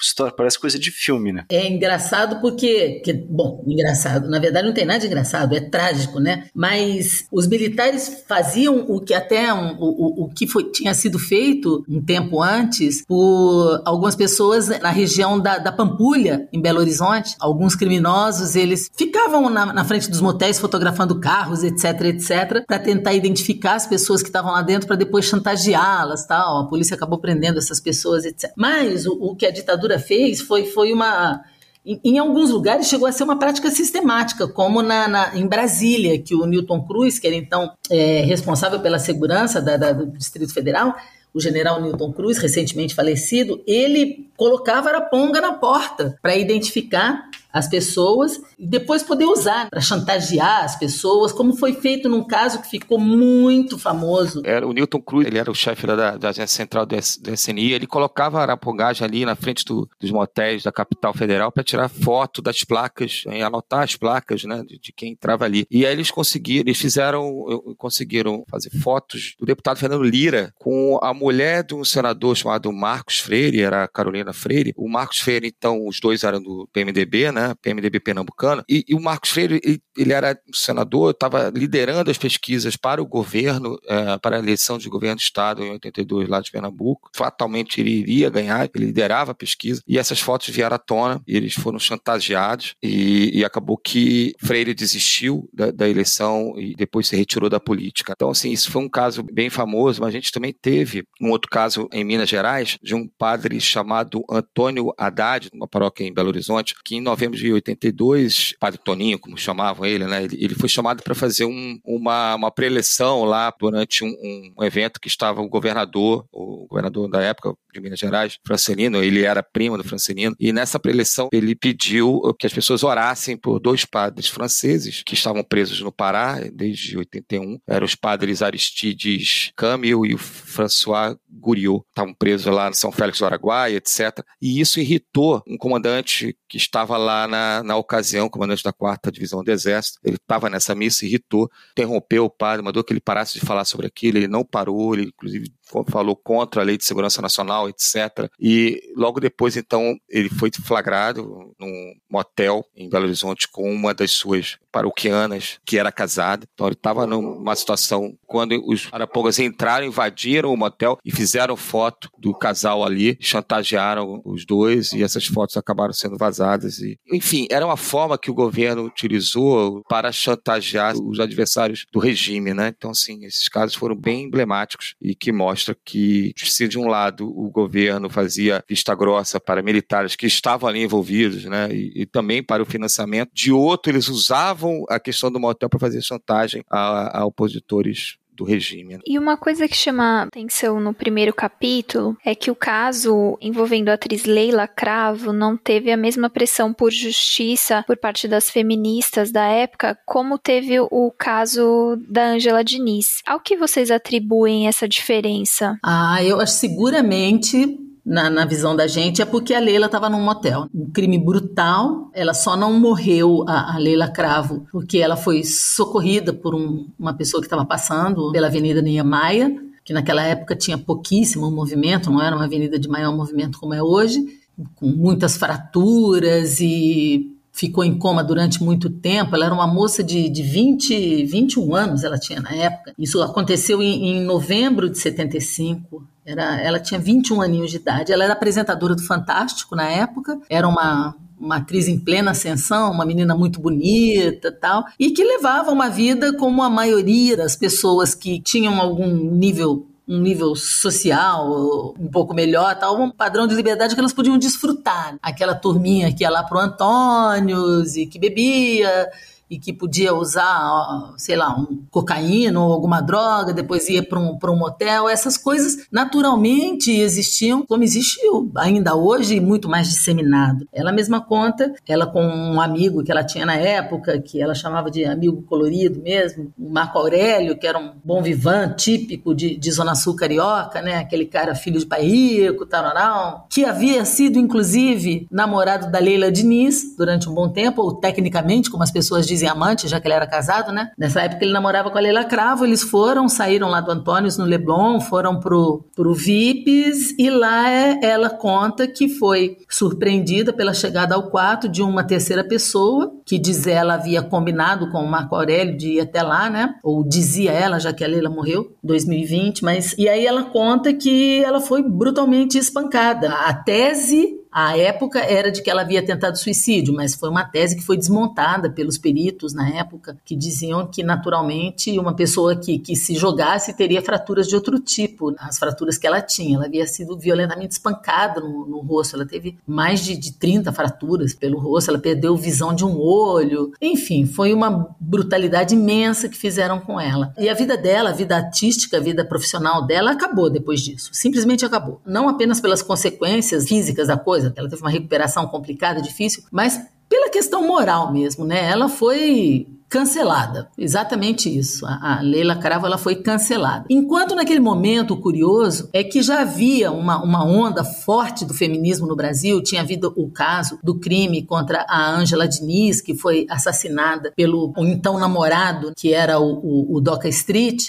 Speaker 2: história, parece coisa de filme, né?
Speaker 4: É engraçado porque, engraçado, na verdade não tem nada de engraçado, é trágico, né? Mas os militares faziam o que tinha sido feito um tempo antes por algumas pessoas na região da Pampulha, em Belo Horizonte. Alguns criminosos, eles ficavam na frente dos motéis fotografando carros, etc, para tentar identificar as pessoas que estavam lá dentro para depois chantageá-las, tal. A polícia acabou prendendo essas pessoas, etc. Mas o que a ditadura fez foi uma... Em alguns lugares chegou a ser uma prática sistemática, como em Brasília, que o Newton Cruz, que era então responsável pela segurança do Distrito Federal, o general Newton Cruz, recentemente falecido, ele colocava araponga na porta para identificar as pessoas e depois poder usar para chantagear as pessoas, como foi feito num caso que ficou muito famoso.
Speaker 5: O Newton Cruz, ele era o chefe da agência central do SNI, ele colocava a arapongagem ali na frente dos motéis da capital federal para tirar foto das placas, anotar as placas, né, de quem entrava ali. E aí eles conseguiram fazer fotos do deputado Fernando Lira com a mulher de um senador chamado Marcos Freire, era a Carolina Freire. O Marcos Freire, então, os dois eram do PMDB, né? PMDB pernambucano, e o Marcos Freire, ele era senador, estava liderando as pesquisas para o governo, para a eleição de governo do estado em 82 lá de Pernambuco. Fatalmente ele iria ganhar, ele liderava a pesquisa, e essas fotos vieram à tona, e eles foram chantageados, e acabou que Freire desistiu da eleição e depois se retirou da política. Então, assim, isso foi um caso bem famoso, mas a gente também teve um outro caso em Minas Gerais, de um padre chamado Antônio Haddad, uma paróquia em Belo Horizonte, que em novembro de 82, Padre Toninho, como chamavam ele, né? Ele foi chamado para fazer uma pré-eleição lá durante um evento que estava o governador da época de Minas Gerais, Francelino, ele era primo do Francelino, e nessa pré-eleição ele pediu que as pessoas orassem por dois padres franceses que estavam presos no Pará desde 81, eram os padres Aristides Camil e o François Guriot, estavam presos lá em São Félix do Araguaia, etc. E isso irritou um comandante que estava lá na ocasião, comandante da 4ª Divisão do Exército. Ele estava nessa missa, irritou, interrompeu o padre, mandou que ele parasse de falar sobre aquilo, ele não parou, ele inclusive falou contra a Lei de Segurança Nacional, etc. E logo depois, então, ele foi flagrado num motel em Belo Horizonte com uma das suas paroquianas, que era casada. Então ele estava numa situação, quando os arapongas entraram, invadiram o motel e fizeram foto do casal ali, chantagearam os dois, e essas fotos acabaram sendo vazadas. Enfim, era uma forma que o governo utilizou para chantagear os adversários do regime, né? Então, assim, esses casos foram bem emblemáticos e que mostram que, se de um lado o governo fazia vista grossa para militares que estavam ali envolvidos, né, e também para o financiamento, de outro eles usavam a questão do motel para fazer chantagem a opositores do regime.
Speaker 3: E uma coisa que chama atenção no primeiro capítulo é que o caso envolvendo a atriz Leila Cravo não teve a mesma pressão por justiça por parte das feministas da época como teve o caso da Ângela Diniz. Ao que vocês atribuem essa diferença?
Speaker 4: Eu acho seguramente... Na visão da gente, é porque a Leila estava num motel. Um crime brutal, ela só não morreu, a Leila Cravo, porque ela foi socorrida por uma pessoa que estava passando pela Avenida Niemeyer, que naquela época tinha pouquíssimo movimento, não era uma avenida de maior movimento como é hoje, com muitas fraturas, e ficou em coma durante muito tempo. Ela era uma moça de 21 anos, ela tinha na época. Isso aconteceu em novembro de 75. Ela tinha 21 aninhos de idade. Ela era apresentadora do Fantástico na época. Era uma atriz em plena ascensão, uma menina muito bonita, tal, e que levava uma vida como a maioria das pessoas que tinham um nível social um pouco melhor, tal, um padrão de liberdade que elas podiam desfrutar. Aquela turminha que ia lá pro Antônios e que bebia e que podia usar, sei lá, cocaína ou alguma droga, depois ia para um motel. Essas coisas naturalmente existiam, como existiu ainda hoje, e muito mais disseminado. Ela mesma conta, ela com um amigo que ela tinha na época, que ela chamava de amigo colorido mesmo, o Marco Aurélio, que era um bom vivant típico de Zona Sul carioca, né? Aquele cara filho de pai rico, tararau, que havia sido, inclusive, namorado da Leila Diniz durante um bom tempo, ou tecnicamente, como as pessoas dizem dizem amante, já que ele era casado, né? Nessa época ele namorava com a Leila Cravo, eles saíram lá do Antônios, no Leblon, foram pro VIPs, e lá ela conta que foi surpreendida pela chegada ao quarto de uma terceira pessoa, que diz ela havia combinado com o Marco Aurélio de ir até lá, né? Ou dizia ela, já que a Leila morreu em 2020, e aí ela conta que ela foi brutalmente espancada. A tese à época era de que ela havia tentado suicídio, mas foi uma tese que foi desmontada pelos peritos na época, que diziam que naturalmente uma pessoa que se jogasse teria fraturas de outro tipo, as fraturas que ela tinha. Ela havia sido violentamente espancada no rosto, ela teve mais de 30 fraturas pelo rosto, ela perdeu visão de um olho, enfim, foi uma brutalidade imensa que fizeram com ela. E a vida dela, a vida artística, a vida profissional dela acabou depois disso, simplesmente acabou. Não apenas pelas consequências físicas da coisa, ela teve uma recuperação complicada, difícil, mas pela questão moral mesmo, né? Ela foi cancelada, exatamente isso. A Leila Cravo, ela foi cancelada. Enquanto naquele momento, o curioso é que já havia uma onda forte do feminismo no Brasil, tinha havido o caso do crime contra a Ângela Diniz, que foi assassinada pelo então namorado, que era o Doca Street,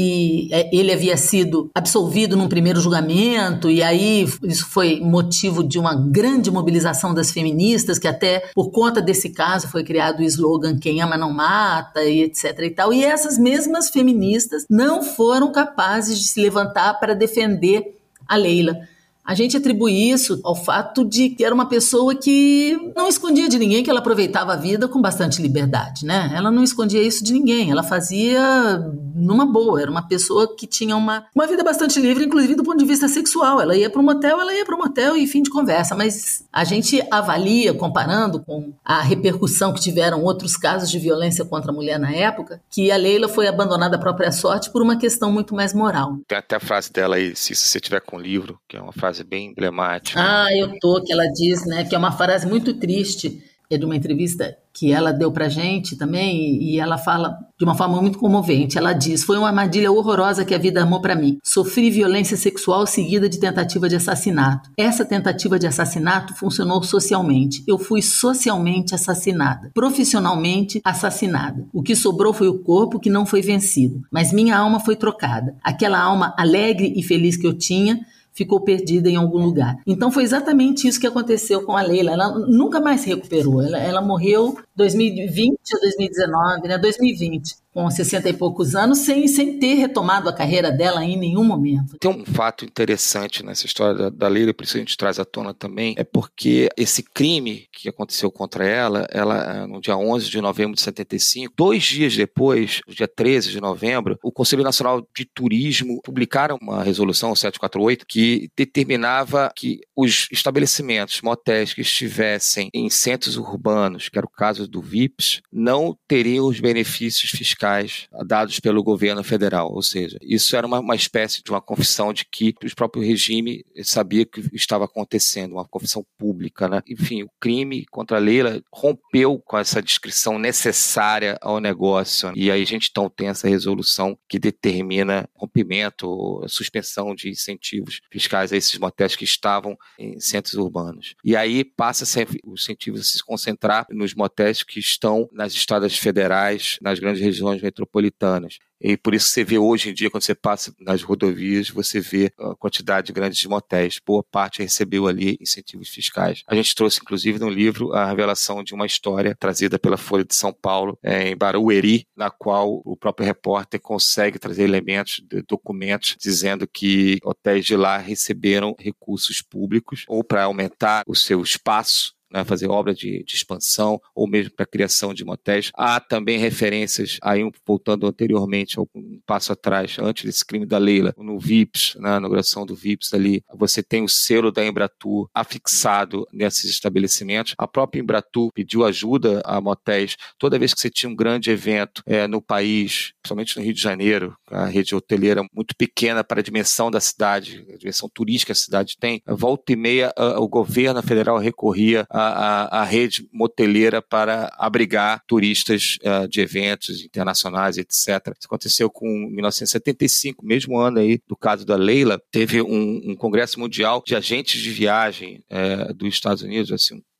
Speaker 4: e ele havia sido absolvido num primeiro julgamento, e aí isso foi motivo de uma grande mobilização das feministas, que até por conta desse caso foi criado o slogan "Quem ama não mata", e etc e tal. E essas mesmas feministas não foram capazes de se levantar para defender a Leila. A gente atribui isso ao fato de que era uma pessoa que não escondia de ninguém, que ela aproveitava a vida com bastante liberdade, né? Ela não escondia isso de ninguém, ela fazia numa boa, era uma pessoa que tinha uma vida bastante livre, inclusive do ponto de vista sexual. Ela ia para um motel e fim de conversa, mas a gente avalia, comparando com a repercussão que tiveram outros casos de violência contra a mulher na época, que a Leila foi abandonada à própria sorte por uma questão muito mais moral.
Speaker 5: Tem até a frase dela aí, se você tiver com o livro, que é uma frase bem emblemática.
Speaker 4: Que ela diz, né, que é uma frase muito triste, é de uma entrevista que ela deu pra gente também, e ela fala de uma forma muito comovente. Ela diz: "Foi uma armadilha horrorosa que a vida armou para mim. Sofri violência sexual seguida de tentativa de assassinato. Essa tentativa de assassinato funcionou socialmente. Eu fui socialmente assassinada, profissionalmente assassinada. O que sobrou foi o corpo que não foi vencido, mas minha alma foi trocada. Aquela alma alegre e feliz que eu tinha ficou perdida em algum lugar." Então foi exatamente isso que aconteceu com a Leila. Ela nunca mais se recuperou. Ela morreu em 2020 ou 2019, né? 2020. Com 60 e poucos anos, sem ter retomado a carreira dela em nenhum momento.
Speaker 5: Tem um fato interessante nessa história da Leila, por isso a gente traz à tona também, é porque esse crime que aconteceu contra ela no dia 11 de novembro de 75, 2 dias depois, no dia 13 de novembro, o Conselho Nacional de Turismo publicaram uma resolução, 748, que determinava que os estabelecimentos, motéis que estivessem em centros urbanos, que era o caso do VIPs, não teriam os benefícios fiscais dados pelo governo federal, ou seja, isso era uma espécie de uma confissão de que o próprio regime sabia que estava acontecendo, uma confissão pública, né? Enfim, o crime contra a Leila rompeu com essa descrição necessária ao negócio, e aí a gente então tem essa resolução que determina rompimento, suspensão de incentivos fiscais a esses motéis que estavam em centros urbanos. E aí passa-se os incentivos a se concentrar nos motéis que estão nas estradas federais, nas grandes regiões metropolitanas. E por isso você vê hoje em dia, quando você passa nas rodovias, você vê a quantidade grande de motéis. Boa parte recebeu ali incentivos fiscais. A gente trouxe, inclusive, no livro, a revelação de uma história trazida pela Folha de São Paulo, em Barueri, na qual o próprio repórter consegue trazer elementos, documentos, dizendo que hotéis de lá receberam recursos públicos ou para aumentar o seu espaço, né, fazer obra de expansão ou mesmo para a criação de motéis. Há também referências, aí voltando anteriormente, um passo atrás, antes desse crime da Leila, no VIPs, na inauguração do VIPs ali, você tem o selo da Embratur afixado nesses estabelecimentos. A própria Embratur pediu ajuda a motéis toda vez que você tinha um grande evento no país, principalmente no Rio de Janeiro, a rede hoteleira muito pequena para a dimensão da cidade, a dimensão turística que a cidade tem. Volta e meia, o governo federal recorria a rede moteleira para abrigar turistas de eventos internacionais, etc. Isso aconteceu em 1975, mesmo ano aí do caso da Leila, teve um congresso mundial de agentes de viagem dos Estados Unidos, assim,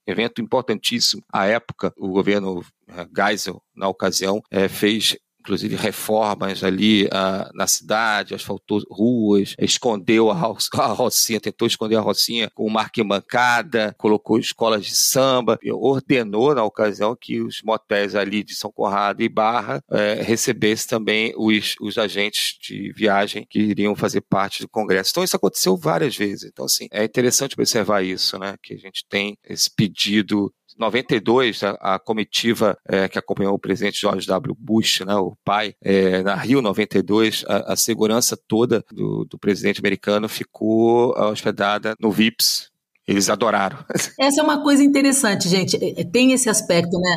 Speaker 5: evento importantíssimo. À época, o governo Geisel, na ocasião, fez inclusive reformas ali na cidade, asfaltou ruas, escondeu a Rocinha, tentou esconder a Rocinha com uma arquibancada, colocou escolas de samba, ordenou na ocasião que os motéis ali de São Conrado e Barra recebessem também os agentes de viagem que iriam fazer parte do Congresso. Então isso aconteceu várias vezes. Então assim, é interessante observar isso, né? Que a gente tem esse pedido. Em 92, a comitiva que acompanhou o presidente George W. Bush, né, o pai, na Rio 92, a segurança toda do presidente americano ficou hospedada no VIPS. Eles adoraram.
Speaker 4: Essa é uma coisa interessante, gente. Tem esse aspecto, né?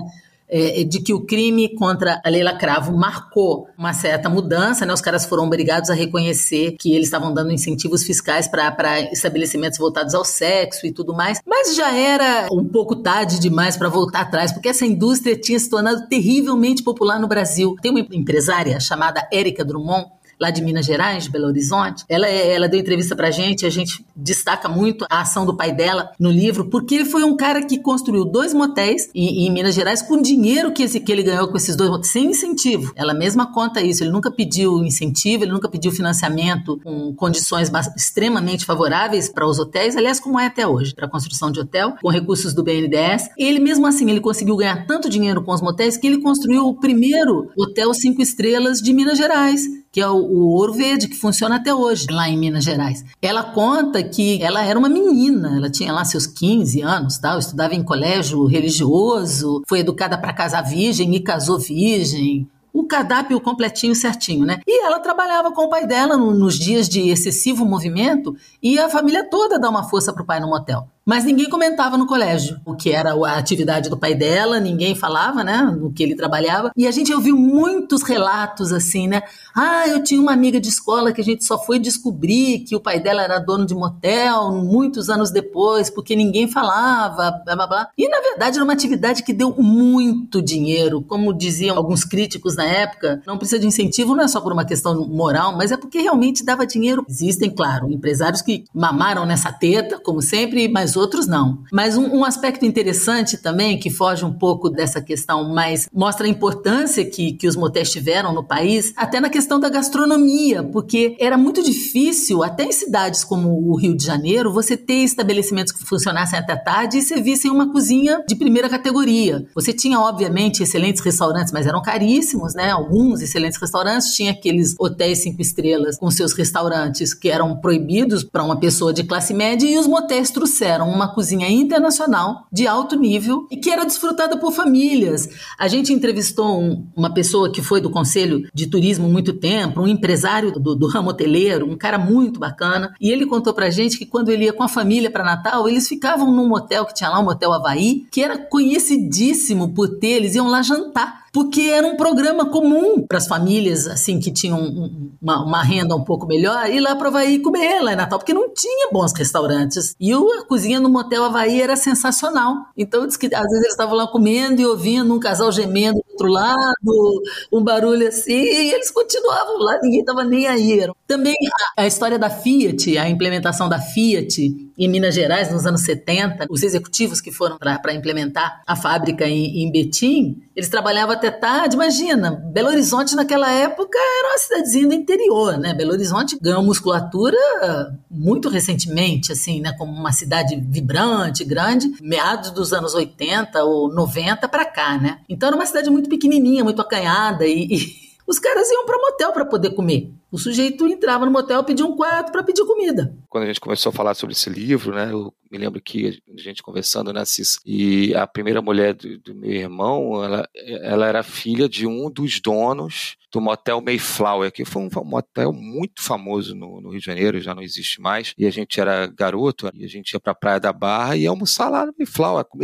Speaker 4: De que o crime contra a Leila Cravo marcou uma certa mudança, né? Os caras foram obrigados a reconhecer que eles estavam dando incentivos fiscais para estabelecimentos voltados ao sexo e tudo mais, mas já era um pouco tarde demais para voltar atrás, porque essa indústria tinha se tornado terrivelmente popular no Brasil. Tem uma empresária chamada Érica Drummond, lá de Minas Gerais, de Belo Horizonte. Ela deu entrevista pra gente, a gente destaca muito a ação do pai dela no livro, porque ele foi um cara que construiu 2 motéis em Minas Gerais com dinheiro que ele ganhou com esses 2 motéis, sem incentivo. Ela mesma conta isso, ele nunca pediu incentivo, ele nunca pediu financiamento com condições extremamente favoráveis para os hotéis, aliás, como é até hoje, para a construção de hotel, com recursos do BNDES. Ele mesmo assim, ele conseguiu ganhar tanto dinheiro com os motéis que ele construiu o primeiro hotel 5 estrelas de Minas Gerais, que é o Ouro Verde, que funciona até hoje, lá em Minas Gerais. Ela conta que ela era uma menina, ela tinha lá seus 15 anos, tal, estudava em colégio religioso, foi educada para casar virgem e casou virgem. O cardápio completinho, certinho, né? E ela trabalhava com o pai dela nos dias de excessivo movimento e a família toda dá uma força pro pai no motel. Mas ninguém comentava no colégio o que era a atividade do pai dela, ninguém falava, né, no que ele trabalhava. E a gente ouviu muitos relatos assim, né? Eu tinha uma amiga de escola que a gente só foi descobrir que o pai dela era dono de motel muitos anos depois, porque ninguém falava, blá, blá, blá. E, na verdade, era uma atividade que deu muito dinheiro. Como diziam alguns críticos na época, não precisa de incentivo, não é só por uma questão moral, mas é porque realmente dava dinheiro. Existem, claro, empresários que mamaram nessa teta, como sempre, mas outros não. Mas um aspecto interessante também, que foge um pouco dessa questão, mas mostra a importância que os motéis tiveram no país, até na questão da gastronomia, porque era muito difícil, até em cidades como o Rio de Janeiro, você ter estabelecimentos que funcionassem até tarde e servissem uma cozinha de primeira categoria. Você tinha, obviamente, excelentes restaurantes, mas eram caríssimos, né? Alguns excelentes restaurantes, tinha aqueles hotéis 5 estrelas com seus restaurantes que eram proibidos para uma pessoa de classe média, e os motéis trouxeram uma cozinha internacional de alto nível e que era desfrutada por famílias. A gente entrevistou uma pessoa que foi do Conselho de Turismo há muito tempo, um empresário do ramo hoteleiro, um cara muito bacana, e ele contou pra gente que quando ele ia com a família para Natal, eles ficavam num motel que tinha lá, um motel Havaí, que era conhecidíssimo por ter, eles iam lá jantar, porque era um programa comum para as famílias assim que tinham uma renda um pouco melhor, ir lá para o Havaí comer lá em Natal, porque não tinha bons restaurantes. E a cozinha no motel Havaí era sensacional. Então, diz que às vezes eles estavam lá comendo e ouvindo um casal gemendo do outro lado, um barulho assim, e eles continuavam lá, ninguém estava nem aí. Também a história da Fiat, a implementação da Fiat em Minas Gerais, nos anos 70, os executivos que foram para implementar a fábrica em Betim, eles trabalhavam até tarde. Imagina, Belo Horizonte naquela época era uma cidadezinha do interior, né? Belo Horizonte ganhou musculatura muito recentemente, assim, né? Como uma cidade vibrante, grande, meados dos anos 80 ou 90 para cá, né? Então era uma cidade muito pequenininha, muito acanhada e os caras iam para motel para poder comer. O sujeito entrava no motel, pedia um quarto para pedir comida.
Speaker 5: Quando a gente começou a falar sobre esse livro, né, eu me lembro que a gente conversando, né, Cis, e a primeira mulher do meu irmão, ela era filha de um dos donos do motel Mayflower, que foi um motel muito famoso no Rio de Janeiro, já não existe mais, e a gente era garoto, e a gente ia para a Praia da Barra e ia almoçar lá no Mayflower. A comida era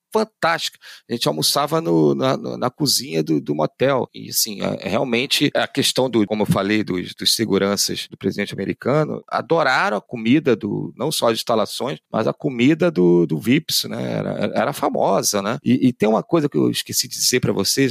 Speaker 5: fantástica. A gente almoçava na cozinha do motel. E, assim, realmente a questão como eu falei, dos seguranças do presidente americano, adoraram a comida não só as instalações, mas a comida do Vips, né? Era famosa, né? E tem uma coisa que eu esqueci de dizer para vocês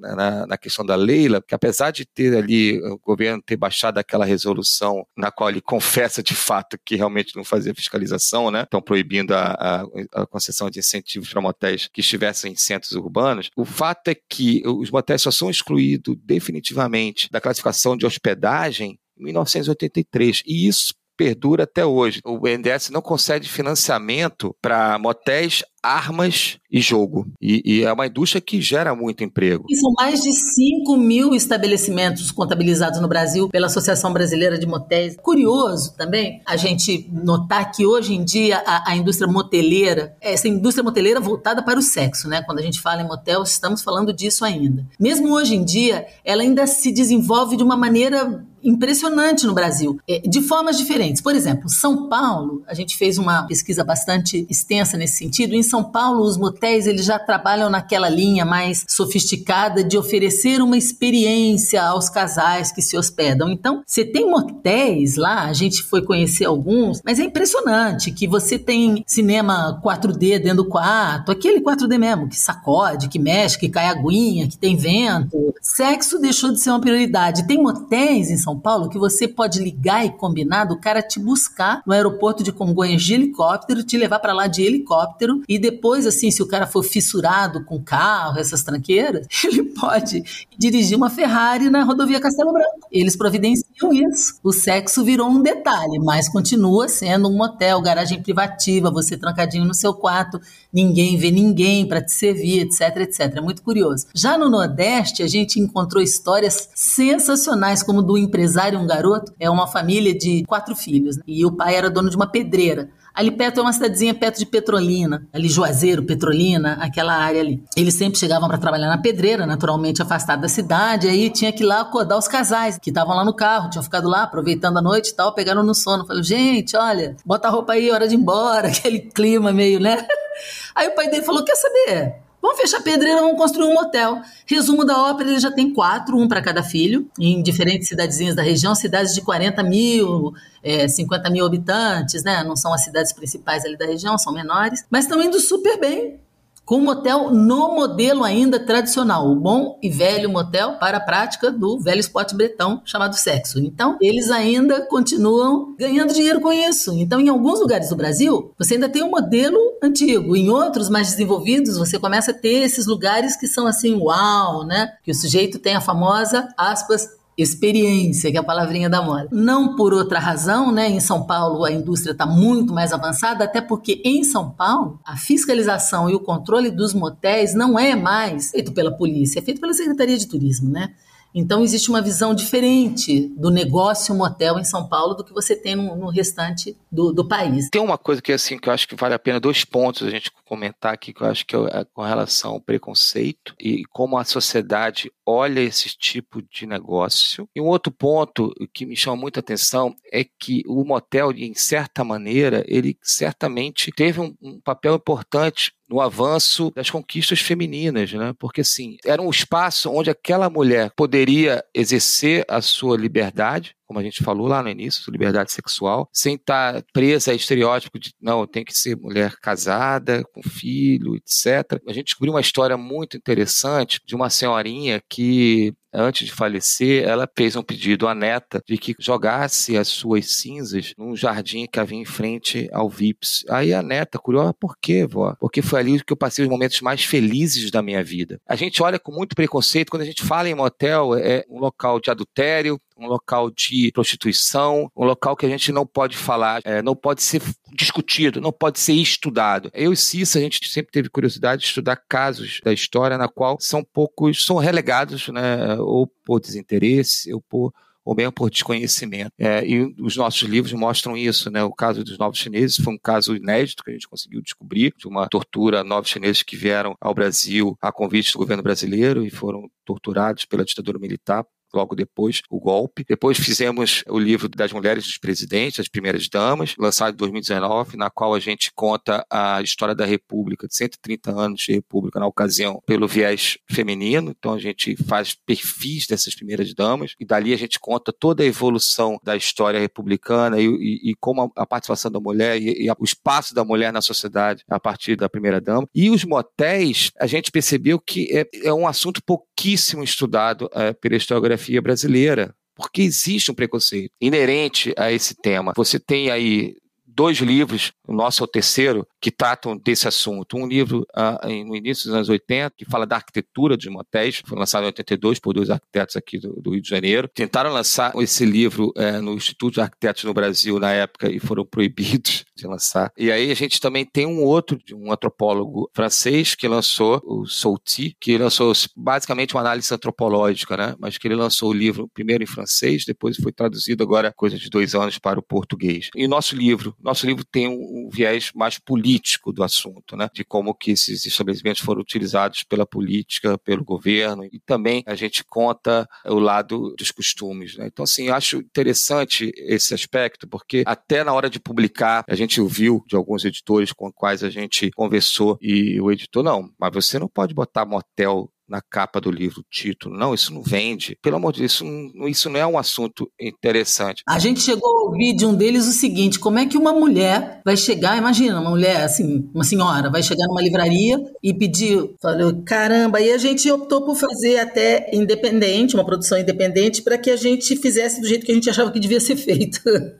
Speaker 5: na questão da Leila, que apesar de ter ali o governo ter baixado aquela resolução na qual ele confessa de fato que realmente não fazia fiscalização, né? Estão proibindo a concessão de incentivos para motéis que estivessem em centros urbanos. O fato é que os motéis só são excluídos definitivamente da classificação de hospedagem em 1983, e isso perdura até hoje. O BNDES não concede financiamento para motéis, armas e jogo. E é uma indústria que gera muito emprego.
Speaker 4: E são mais de 5 mil estabelecimentos contabilizados no Brasil pela Associação Brasileira de Motéis. Curioso também a gente notar que hoje em dia a indústria moteleira, essa indústria moteleira voltada para o sexo, né? Quando a gente fala em motel, estamos falando disso ainda. Mesmo hoje em dia, ela ainda se desenvolve de uma maneira impressionante no Brasil, de formas diferentes. Por exemplo, São Paulo, a gente fez uma pesquisa bastante extensa nesse sentido. Em São Paulo, os motéis eles já trabalham naquela linha mais sofisticada de oferecer uma experiência aos casais que se hospedam. Então, você tem motéis lá, a gente foi conhecer alguns, mas é impressionante que você tem cinema 4D dentro do quarto, aquele 4D mesmo, que sacode, que mexe, que cai aguinha, que tem vento. Sexo deixou de ser uma prioridade. Tem motéis em São Paulo que você pode ligar e combinar do cara te buscar no aeroporto de Congonhas de helicóptero, te levar para lá de helicóptero e depois, assim, se o cara for fissurado com carro, essas tranqueiras, ele pode dirigir uma Ferrari na rodovia Castelo Branco. Eles providenciam isso. O sexo virou um detalhe, mas continua sendo um motel, garagem privativa, você trancadinho no seu quarto, ninguém vê ninguém para te servir, etc, etc. É muito curioso. Já no Nordeste, a gente encontrou histórias sensacionais, como do empresário, um garoto, é uma família de 4 filhos, né? E o pai era dono de uma pedreira. Ali perto é uma cidadezinha perto de Petrolina, ali Juazeiro, Petrolina, aquela área ali. Eles sempre chegavam para trabalhar na pedreira, naturalmente afastado da cidade, aí tinha que ir lá acordar os casais que estavam lá no carro, tinham ficado lá aproveitando a noite e tal, pegaram no sono. Falei, gente, olha, bota a roupa aí, hora de ir embora, aquele clima meio, né? Aí o pai dele falou, quer saber? Vamos fechar a pedreira, vamos construir um motel. Resumo da ópera, ele já tem 4, um para cada filho, em diferentes cidadezinhas da região, cidades de 40 mil, 50 mil habitantes, né? Não são as cidades principais ali da região, são menores, mas estão indo super bem, com um motel no modelo ainda tradicional, o bom e velho motel para a prática do velho esporte bretão chamado sexo. Então, eles ainda continuam ganhando dinheiro com isso. Então, em alguns lugares do Brasil, você ainda tem um modelo antigo. Em outros mais desenvolvidos, você começa a ter esses lugares que são assim, uau, né? Que o sujeito tem a famosa, aspas, experiência, que é a palavrinha da moda. Não por outra razão, né? Em São Paulo a indústria está muito mais avançada, até porque em São Paulo a fiscalização e o controle dos motéis não é mais feito pela polícia, é feito pela Secretaria de Turismo, né? Então existe uma visão diferente do negócio motel em São Paulo do que você tem no restante do país.
Speaker 5: Tem uma coisa que, assim, que eu acho que vale a pena, 2 pontos a gente comentar aqui, que eu acho que é com relação ao preconceito e como a sociedade olha esse tipo de negócio. E um outro ponto que me chama muita atenção é que o motel, em certa maneira, ele certamente teve um papel importante no avanço das conquistas femininas, né? Porque, assim, era um espaço onde aquela mulher poderia exercer a sua liberdade, como a gente falou lá no início, sua liberdade sexual, sem estar presa a estereótipo de, não, tem que ser mulher casada, com filho, etc. A gente descobriu uma história muito interessante de uma senhorinha que, antes de falecer, ela fez um pedido à neta de que jogasse as suas cinzas num jardim que havia em frente ao Vips. Aí a neta, curiosa, por quê, vó? Porque foi ali que eu passei os momentos mais felizes da minha vida. A gente olha com muito preconceito, quando a gente fala em motel, é um local de adultério, um local de prostituição, um local que a gente não pode falar, não pode ser discutido, não pode ser estudado. Eu e Cissa, a gente sempre teve curiosidade de estudar casos da história na qual são relegados, né, ou por desinteresse, ou mesmo por desconhecimento. E os nossos livros mostram isso, né? O caso dos novos chineses foi um caso inédito que a gente conseguiu descobrir, de uma tortura a novos chineses que vieram ao Brasil a convite do governo brasileiro e foram torturados pela ditadura militar, logo depois o golpe. Depois fizemos o livro das mulheres dos presidentes, das primeiras damas, lançado em 2019, na qual a gente conta a história da República, de 130 anos de República na ocasião, pelo viés feminino. Então a gente faz perfis dessas primeiras damas e dali a gente conta toda a evolução da história republicana e como a participação da mulher e o espaço da mulher na sociedade a partir da primeira dama. E os motéis, a gente percebeu que é um assunto pouquíssimo estudado pela historiografia brasileira, porque existe um preconceito inerente a esse tema. Você tem aí 2 livros, o nosso é o terceiro, que tratam desse assunto. Um livro no início dos anos 80, que fala da arquitetura dos motéis, foi lançado em 82 por 2 arquitetos aqui do Rio de Janeiro. Tentaram lançar esse livro no Instituto de Arquitetos no Brasil na época e foram proibidos de lançar. E aí a gente também tem um outro, de um antropólogo francês que lançou, o Souty, que lançou basicamente uma análise antropológica, né? Mas que ele lançou o livro primeiro em francês, depois foi traduzido agora, coisa de 2 anos, para o português. E nosso livro tem um viés mais político do assunto, né? De como que esses estabelecimentos foram utilizados pela política, pelo governo, e também a gente conta o lado dos costumes, né? Então, assim, eu acho interessante esse aspecto, porque até na hora de publicar, a gente ouviu de alguns editores com os quais a gente conversou, e o editor, não, mas você não pode botar motel na capa do livro, o título. Não, isso não vende. Pelo amor de Deus, isso não é um assunto interessante.
Speaker 4: A gente chegou a ouvir de um deles o seguinte: como é que uma mulher vai chegar, imagina, uma mulher, assim, uma senhora, vai chegar numa livraria e pedir, falou, caramba, aí a gente optou por fazer até independente, uma produção independente, para que a gente fizesse do jeito que a gente achava que devia ser feito.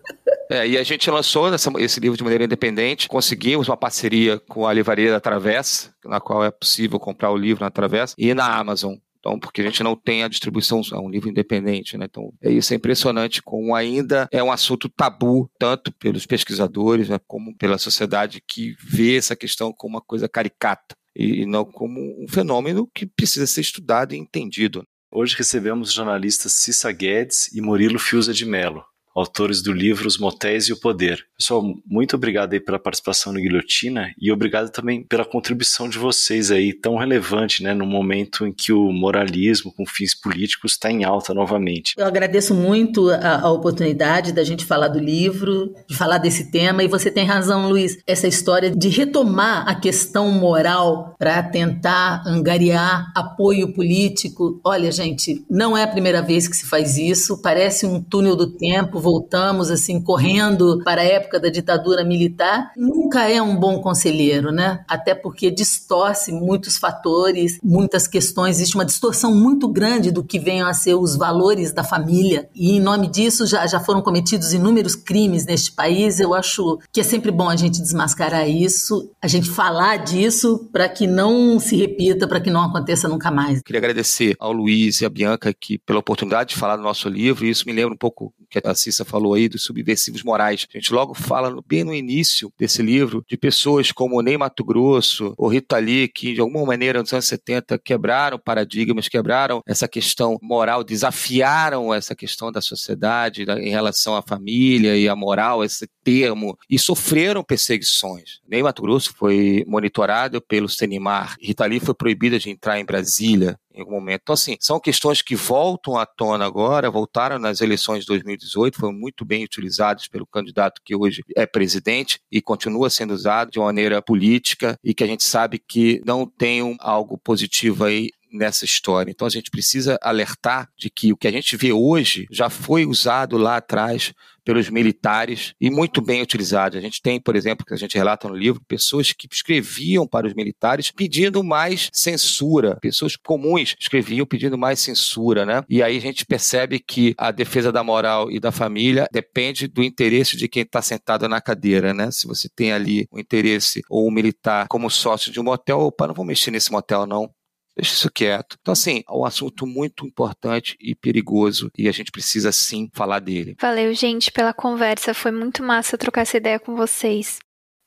Speaker 5: E a gente lançou esse livro de maneira independente, conseguimos uma parceria com a Livraria da Travessa, na qual é possível comprar o livro na Travessa, e na Amazon. Então, porque a gente não tem a distribuição, é um livro independente, né? Então, isso é impressionante como ainda é um assunto tabu, tanto pelos pesquisadores, né, como pela sociedade que vê essa questão como uma coisa caricata e não como um fenômeno que precisa ser estudado e entendido.
Speaker 2: Hoje recebemos os jornalistas Cissa Guedes e Murilo Fiuza de Mello, autores do livro Os Motéis e o Poder. Pessoal, muito obrigado aí pela participação no Guilhotina e obrigado também pela contribuição de vocês aí, tão relevante, né, no momento em que o moralismo com fins políticos está em alta novamente.
Speaker 4: Eu agradeço muito a oportunidade da gente falar do livro, de falar desse tema, e você tem razão, Luiz, essa história de retomar a questão moral para tentar angariar apoio político. Olha, gente, não é a primeira vez que se faz isso, parece um túnel do tempo, voltamos assim, correndo para a época da ditadura militar. Nunca é um bom conselheiro, né? Até porque distorce muitos fatores, muitas questões, existe uma distorção muito grande do que venham a ser os valores da família, e em nome disso já foram cometidos inúmeros crimes neste país. Eu acho que é sempre bom a gente desmascarar isso, a gente falar disso para que não se repita, para que não aconteça nunca mais.
Speaker 5: Queria agradecer ao Luiz e à Bianca aqui pela oportunidade de falar do nosso livro, e isso me lembra um pouco que a Cissa falou aí dos subversivos morais. A gente logo fala bem no início desse livro de pessoas como Ney Matogrosso ou Rita Lee, que de alguma maneira nos anos 70 quebraram paradigmas, quebraram essa questão moral, desafiaram essa questão da sociedade em relação à família e à moral, esse termo, e sofreram perseguições. Ney Matogrosso foi monitorado pelo Senimar, Rita Lee foi proibida de entrar em Brasília em algum momento. Então, assim, são questões que voltam à tona agora, voltaram nas eleições de 2018, foram muito bem utilizadas pelo candidato que hoje é presidente e continua sendo usado de maneira política, e que a gente sabe que não tem algo positivo aí nessa história. Então a gente precisa alertar de que o que a gente vê hoje já foi usado lá atrás pelos militares e muito bem utilizado. A gente tem, por exemplo, que a gente relata no livro, pessoas que escreviam para os militares pedindo mais censura, pessoas comuns escreviam pedindo mais censura, né? E aí a gente percebe que a defesa da moral e da família depende do interesse de quem está sentado na cadeira, né? Se você tem ali um interesse ou um militar como sócio de um motel, opa, não vou mexer nesse motel não. Deixa isso quieto. Então, assim, é um assunto muito importante e perigoso, e a gente precisa, sim, falar dele.
Speaker 3: Valeu, gente, pela conversa. Foi muito massa trocar essa ideia com vocês.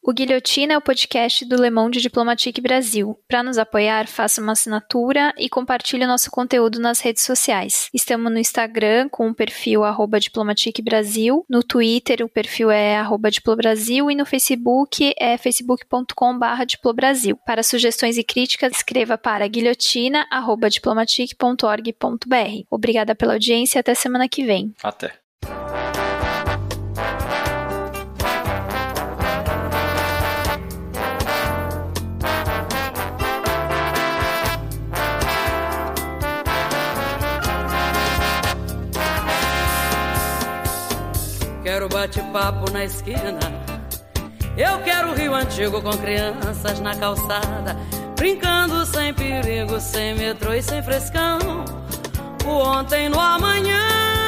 Speaker 3: O Guilhotina é o podcast do Le Monde Diplomatique Brasil. Para nos apoiar, faça uma assinatura e compartilhe o nosso conteúdo nas redes sociais. Estamos no Instagram com o perfil @Diplomatique Brasil, no Twitter o perfil é @Diplobrasil e no Facebook é facebook.com/Diplobrasil. Para sugestões e críticas, escreva para guilhotina@diplomatique.org.br. Obrigada pela audiência e até semana que vem.
Speaker 2: Até.
Speaker 6: Quero bate-papo na esquina, eu quero Rio Antigo com crianças na calçada, brincando sem perigo, sem metrô e sem frescão. O ontem no amanhã,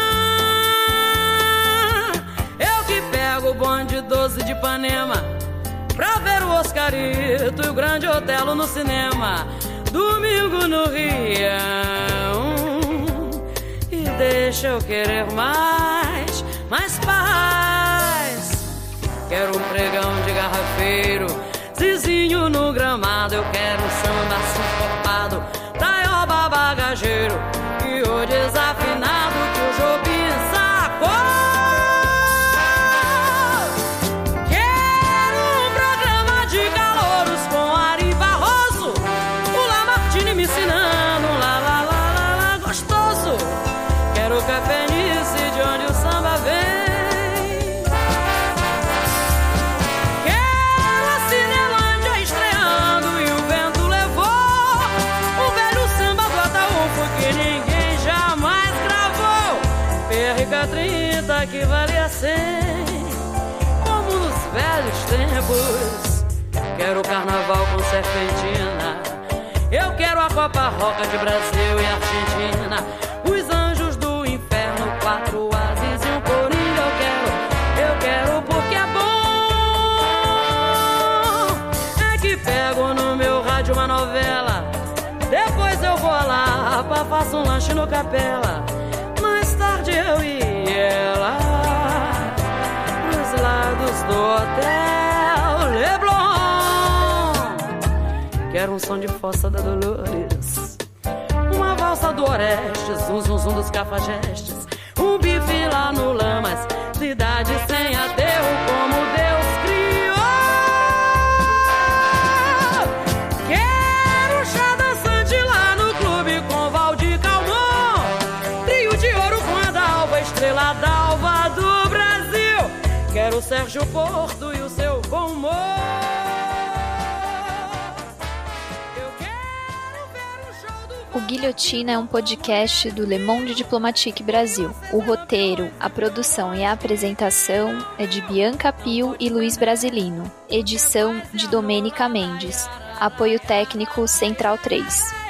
Speaker 6: eu que pego o bonde 12 de Ipanema pra ver o Oscarito e o Grande Otelo no cinema. Domingo no Rio, e deixa eu querer mais paz. Quero um pregão de garrafeiro, zizinho no gramado. Eu quero um samba sincopado, taioba bagageiro e o desafinado que o Jobim sacou. Quero um programa de calouros com Ari Barroso, o Lamartine me ensinando um lá lá lá lá lá gostoso. Quero café nice de onde o samba vem. Quero a Cinelândia estreando e o vento levou o velho samba do Ataúfo que ninguém jamais gravou. PRK30 que valia 100, como nos velhos tempos. Quero carnaval com serpentina, eu quero a Copa Roca de Brasil e Argentina. Os anjos do inferno, 4 ases e um coringa. Eu quero porque é bom. É que pego no meu rádio uma novela, depois eu vou lá, faço um lanche no Capela. Mais tarde eu ia lá pros lados do Hotel Leblon. Quero um som de Fossa da Dolores, uma valsa do Orestes, um zum zum dos Cafajestes, um bife lá no Lamas, cidade sem aterro como Deus criou. Quero chá dançante lá no clube com Valdir Calmon, trio de ouro com a Dalva, estrela d'alva do Brasil. Quero o Sérgio Porto e o seu bom humor.
Speaker 3: O Guilhotina é um podcast do Le Monde Diplomatique Brasil. O roteiro, a produção e a apresentação é de Bianca Pio e Luiz Brasilino. Edição de Domênica Mendes. Apoio técnico Central 3.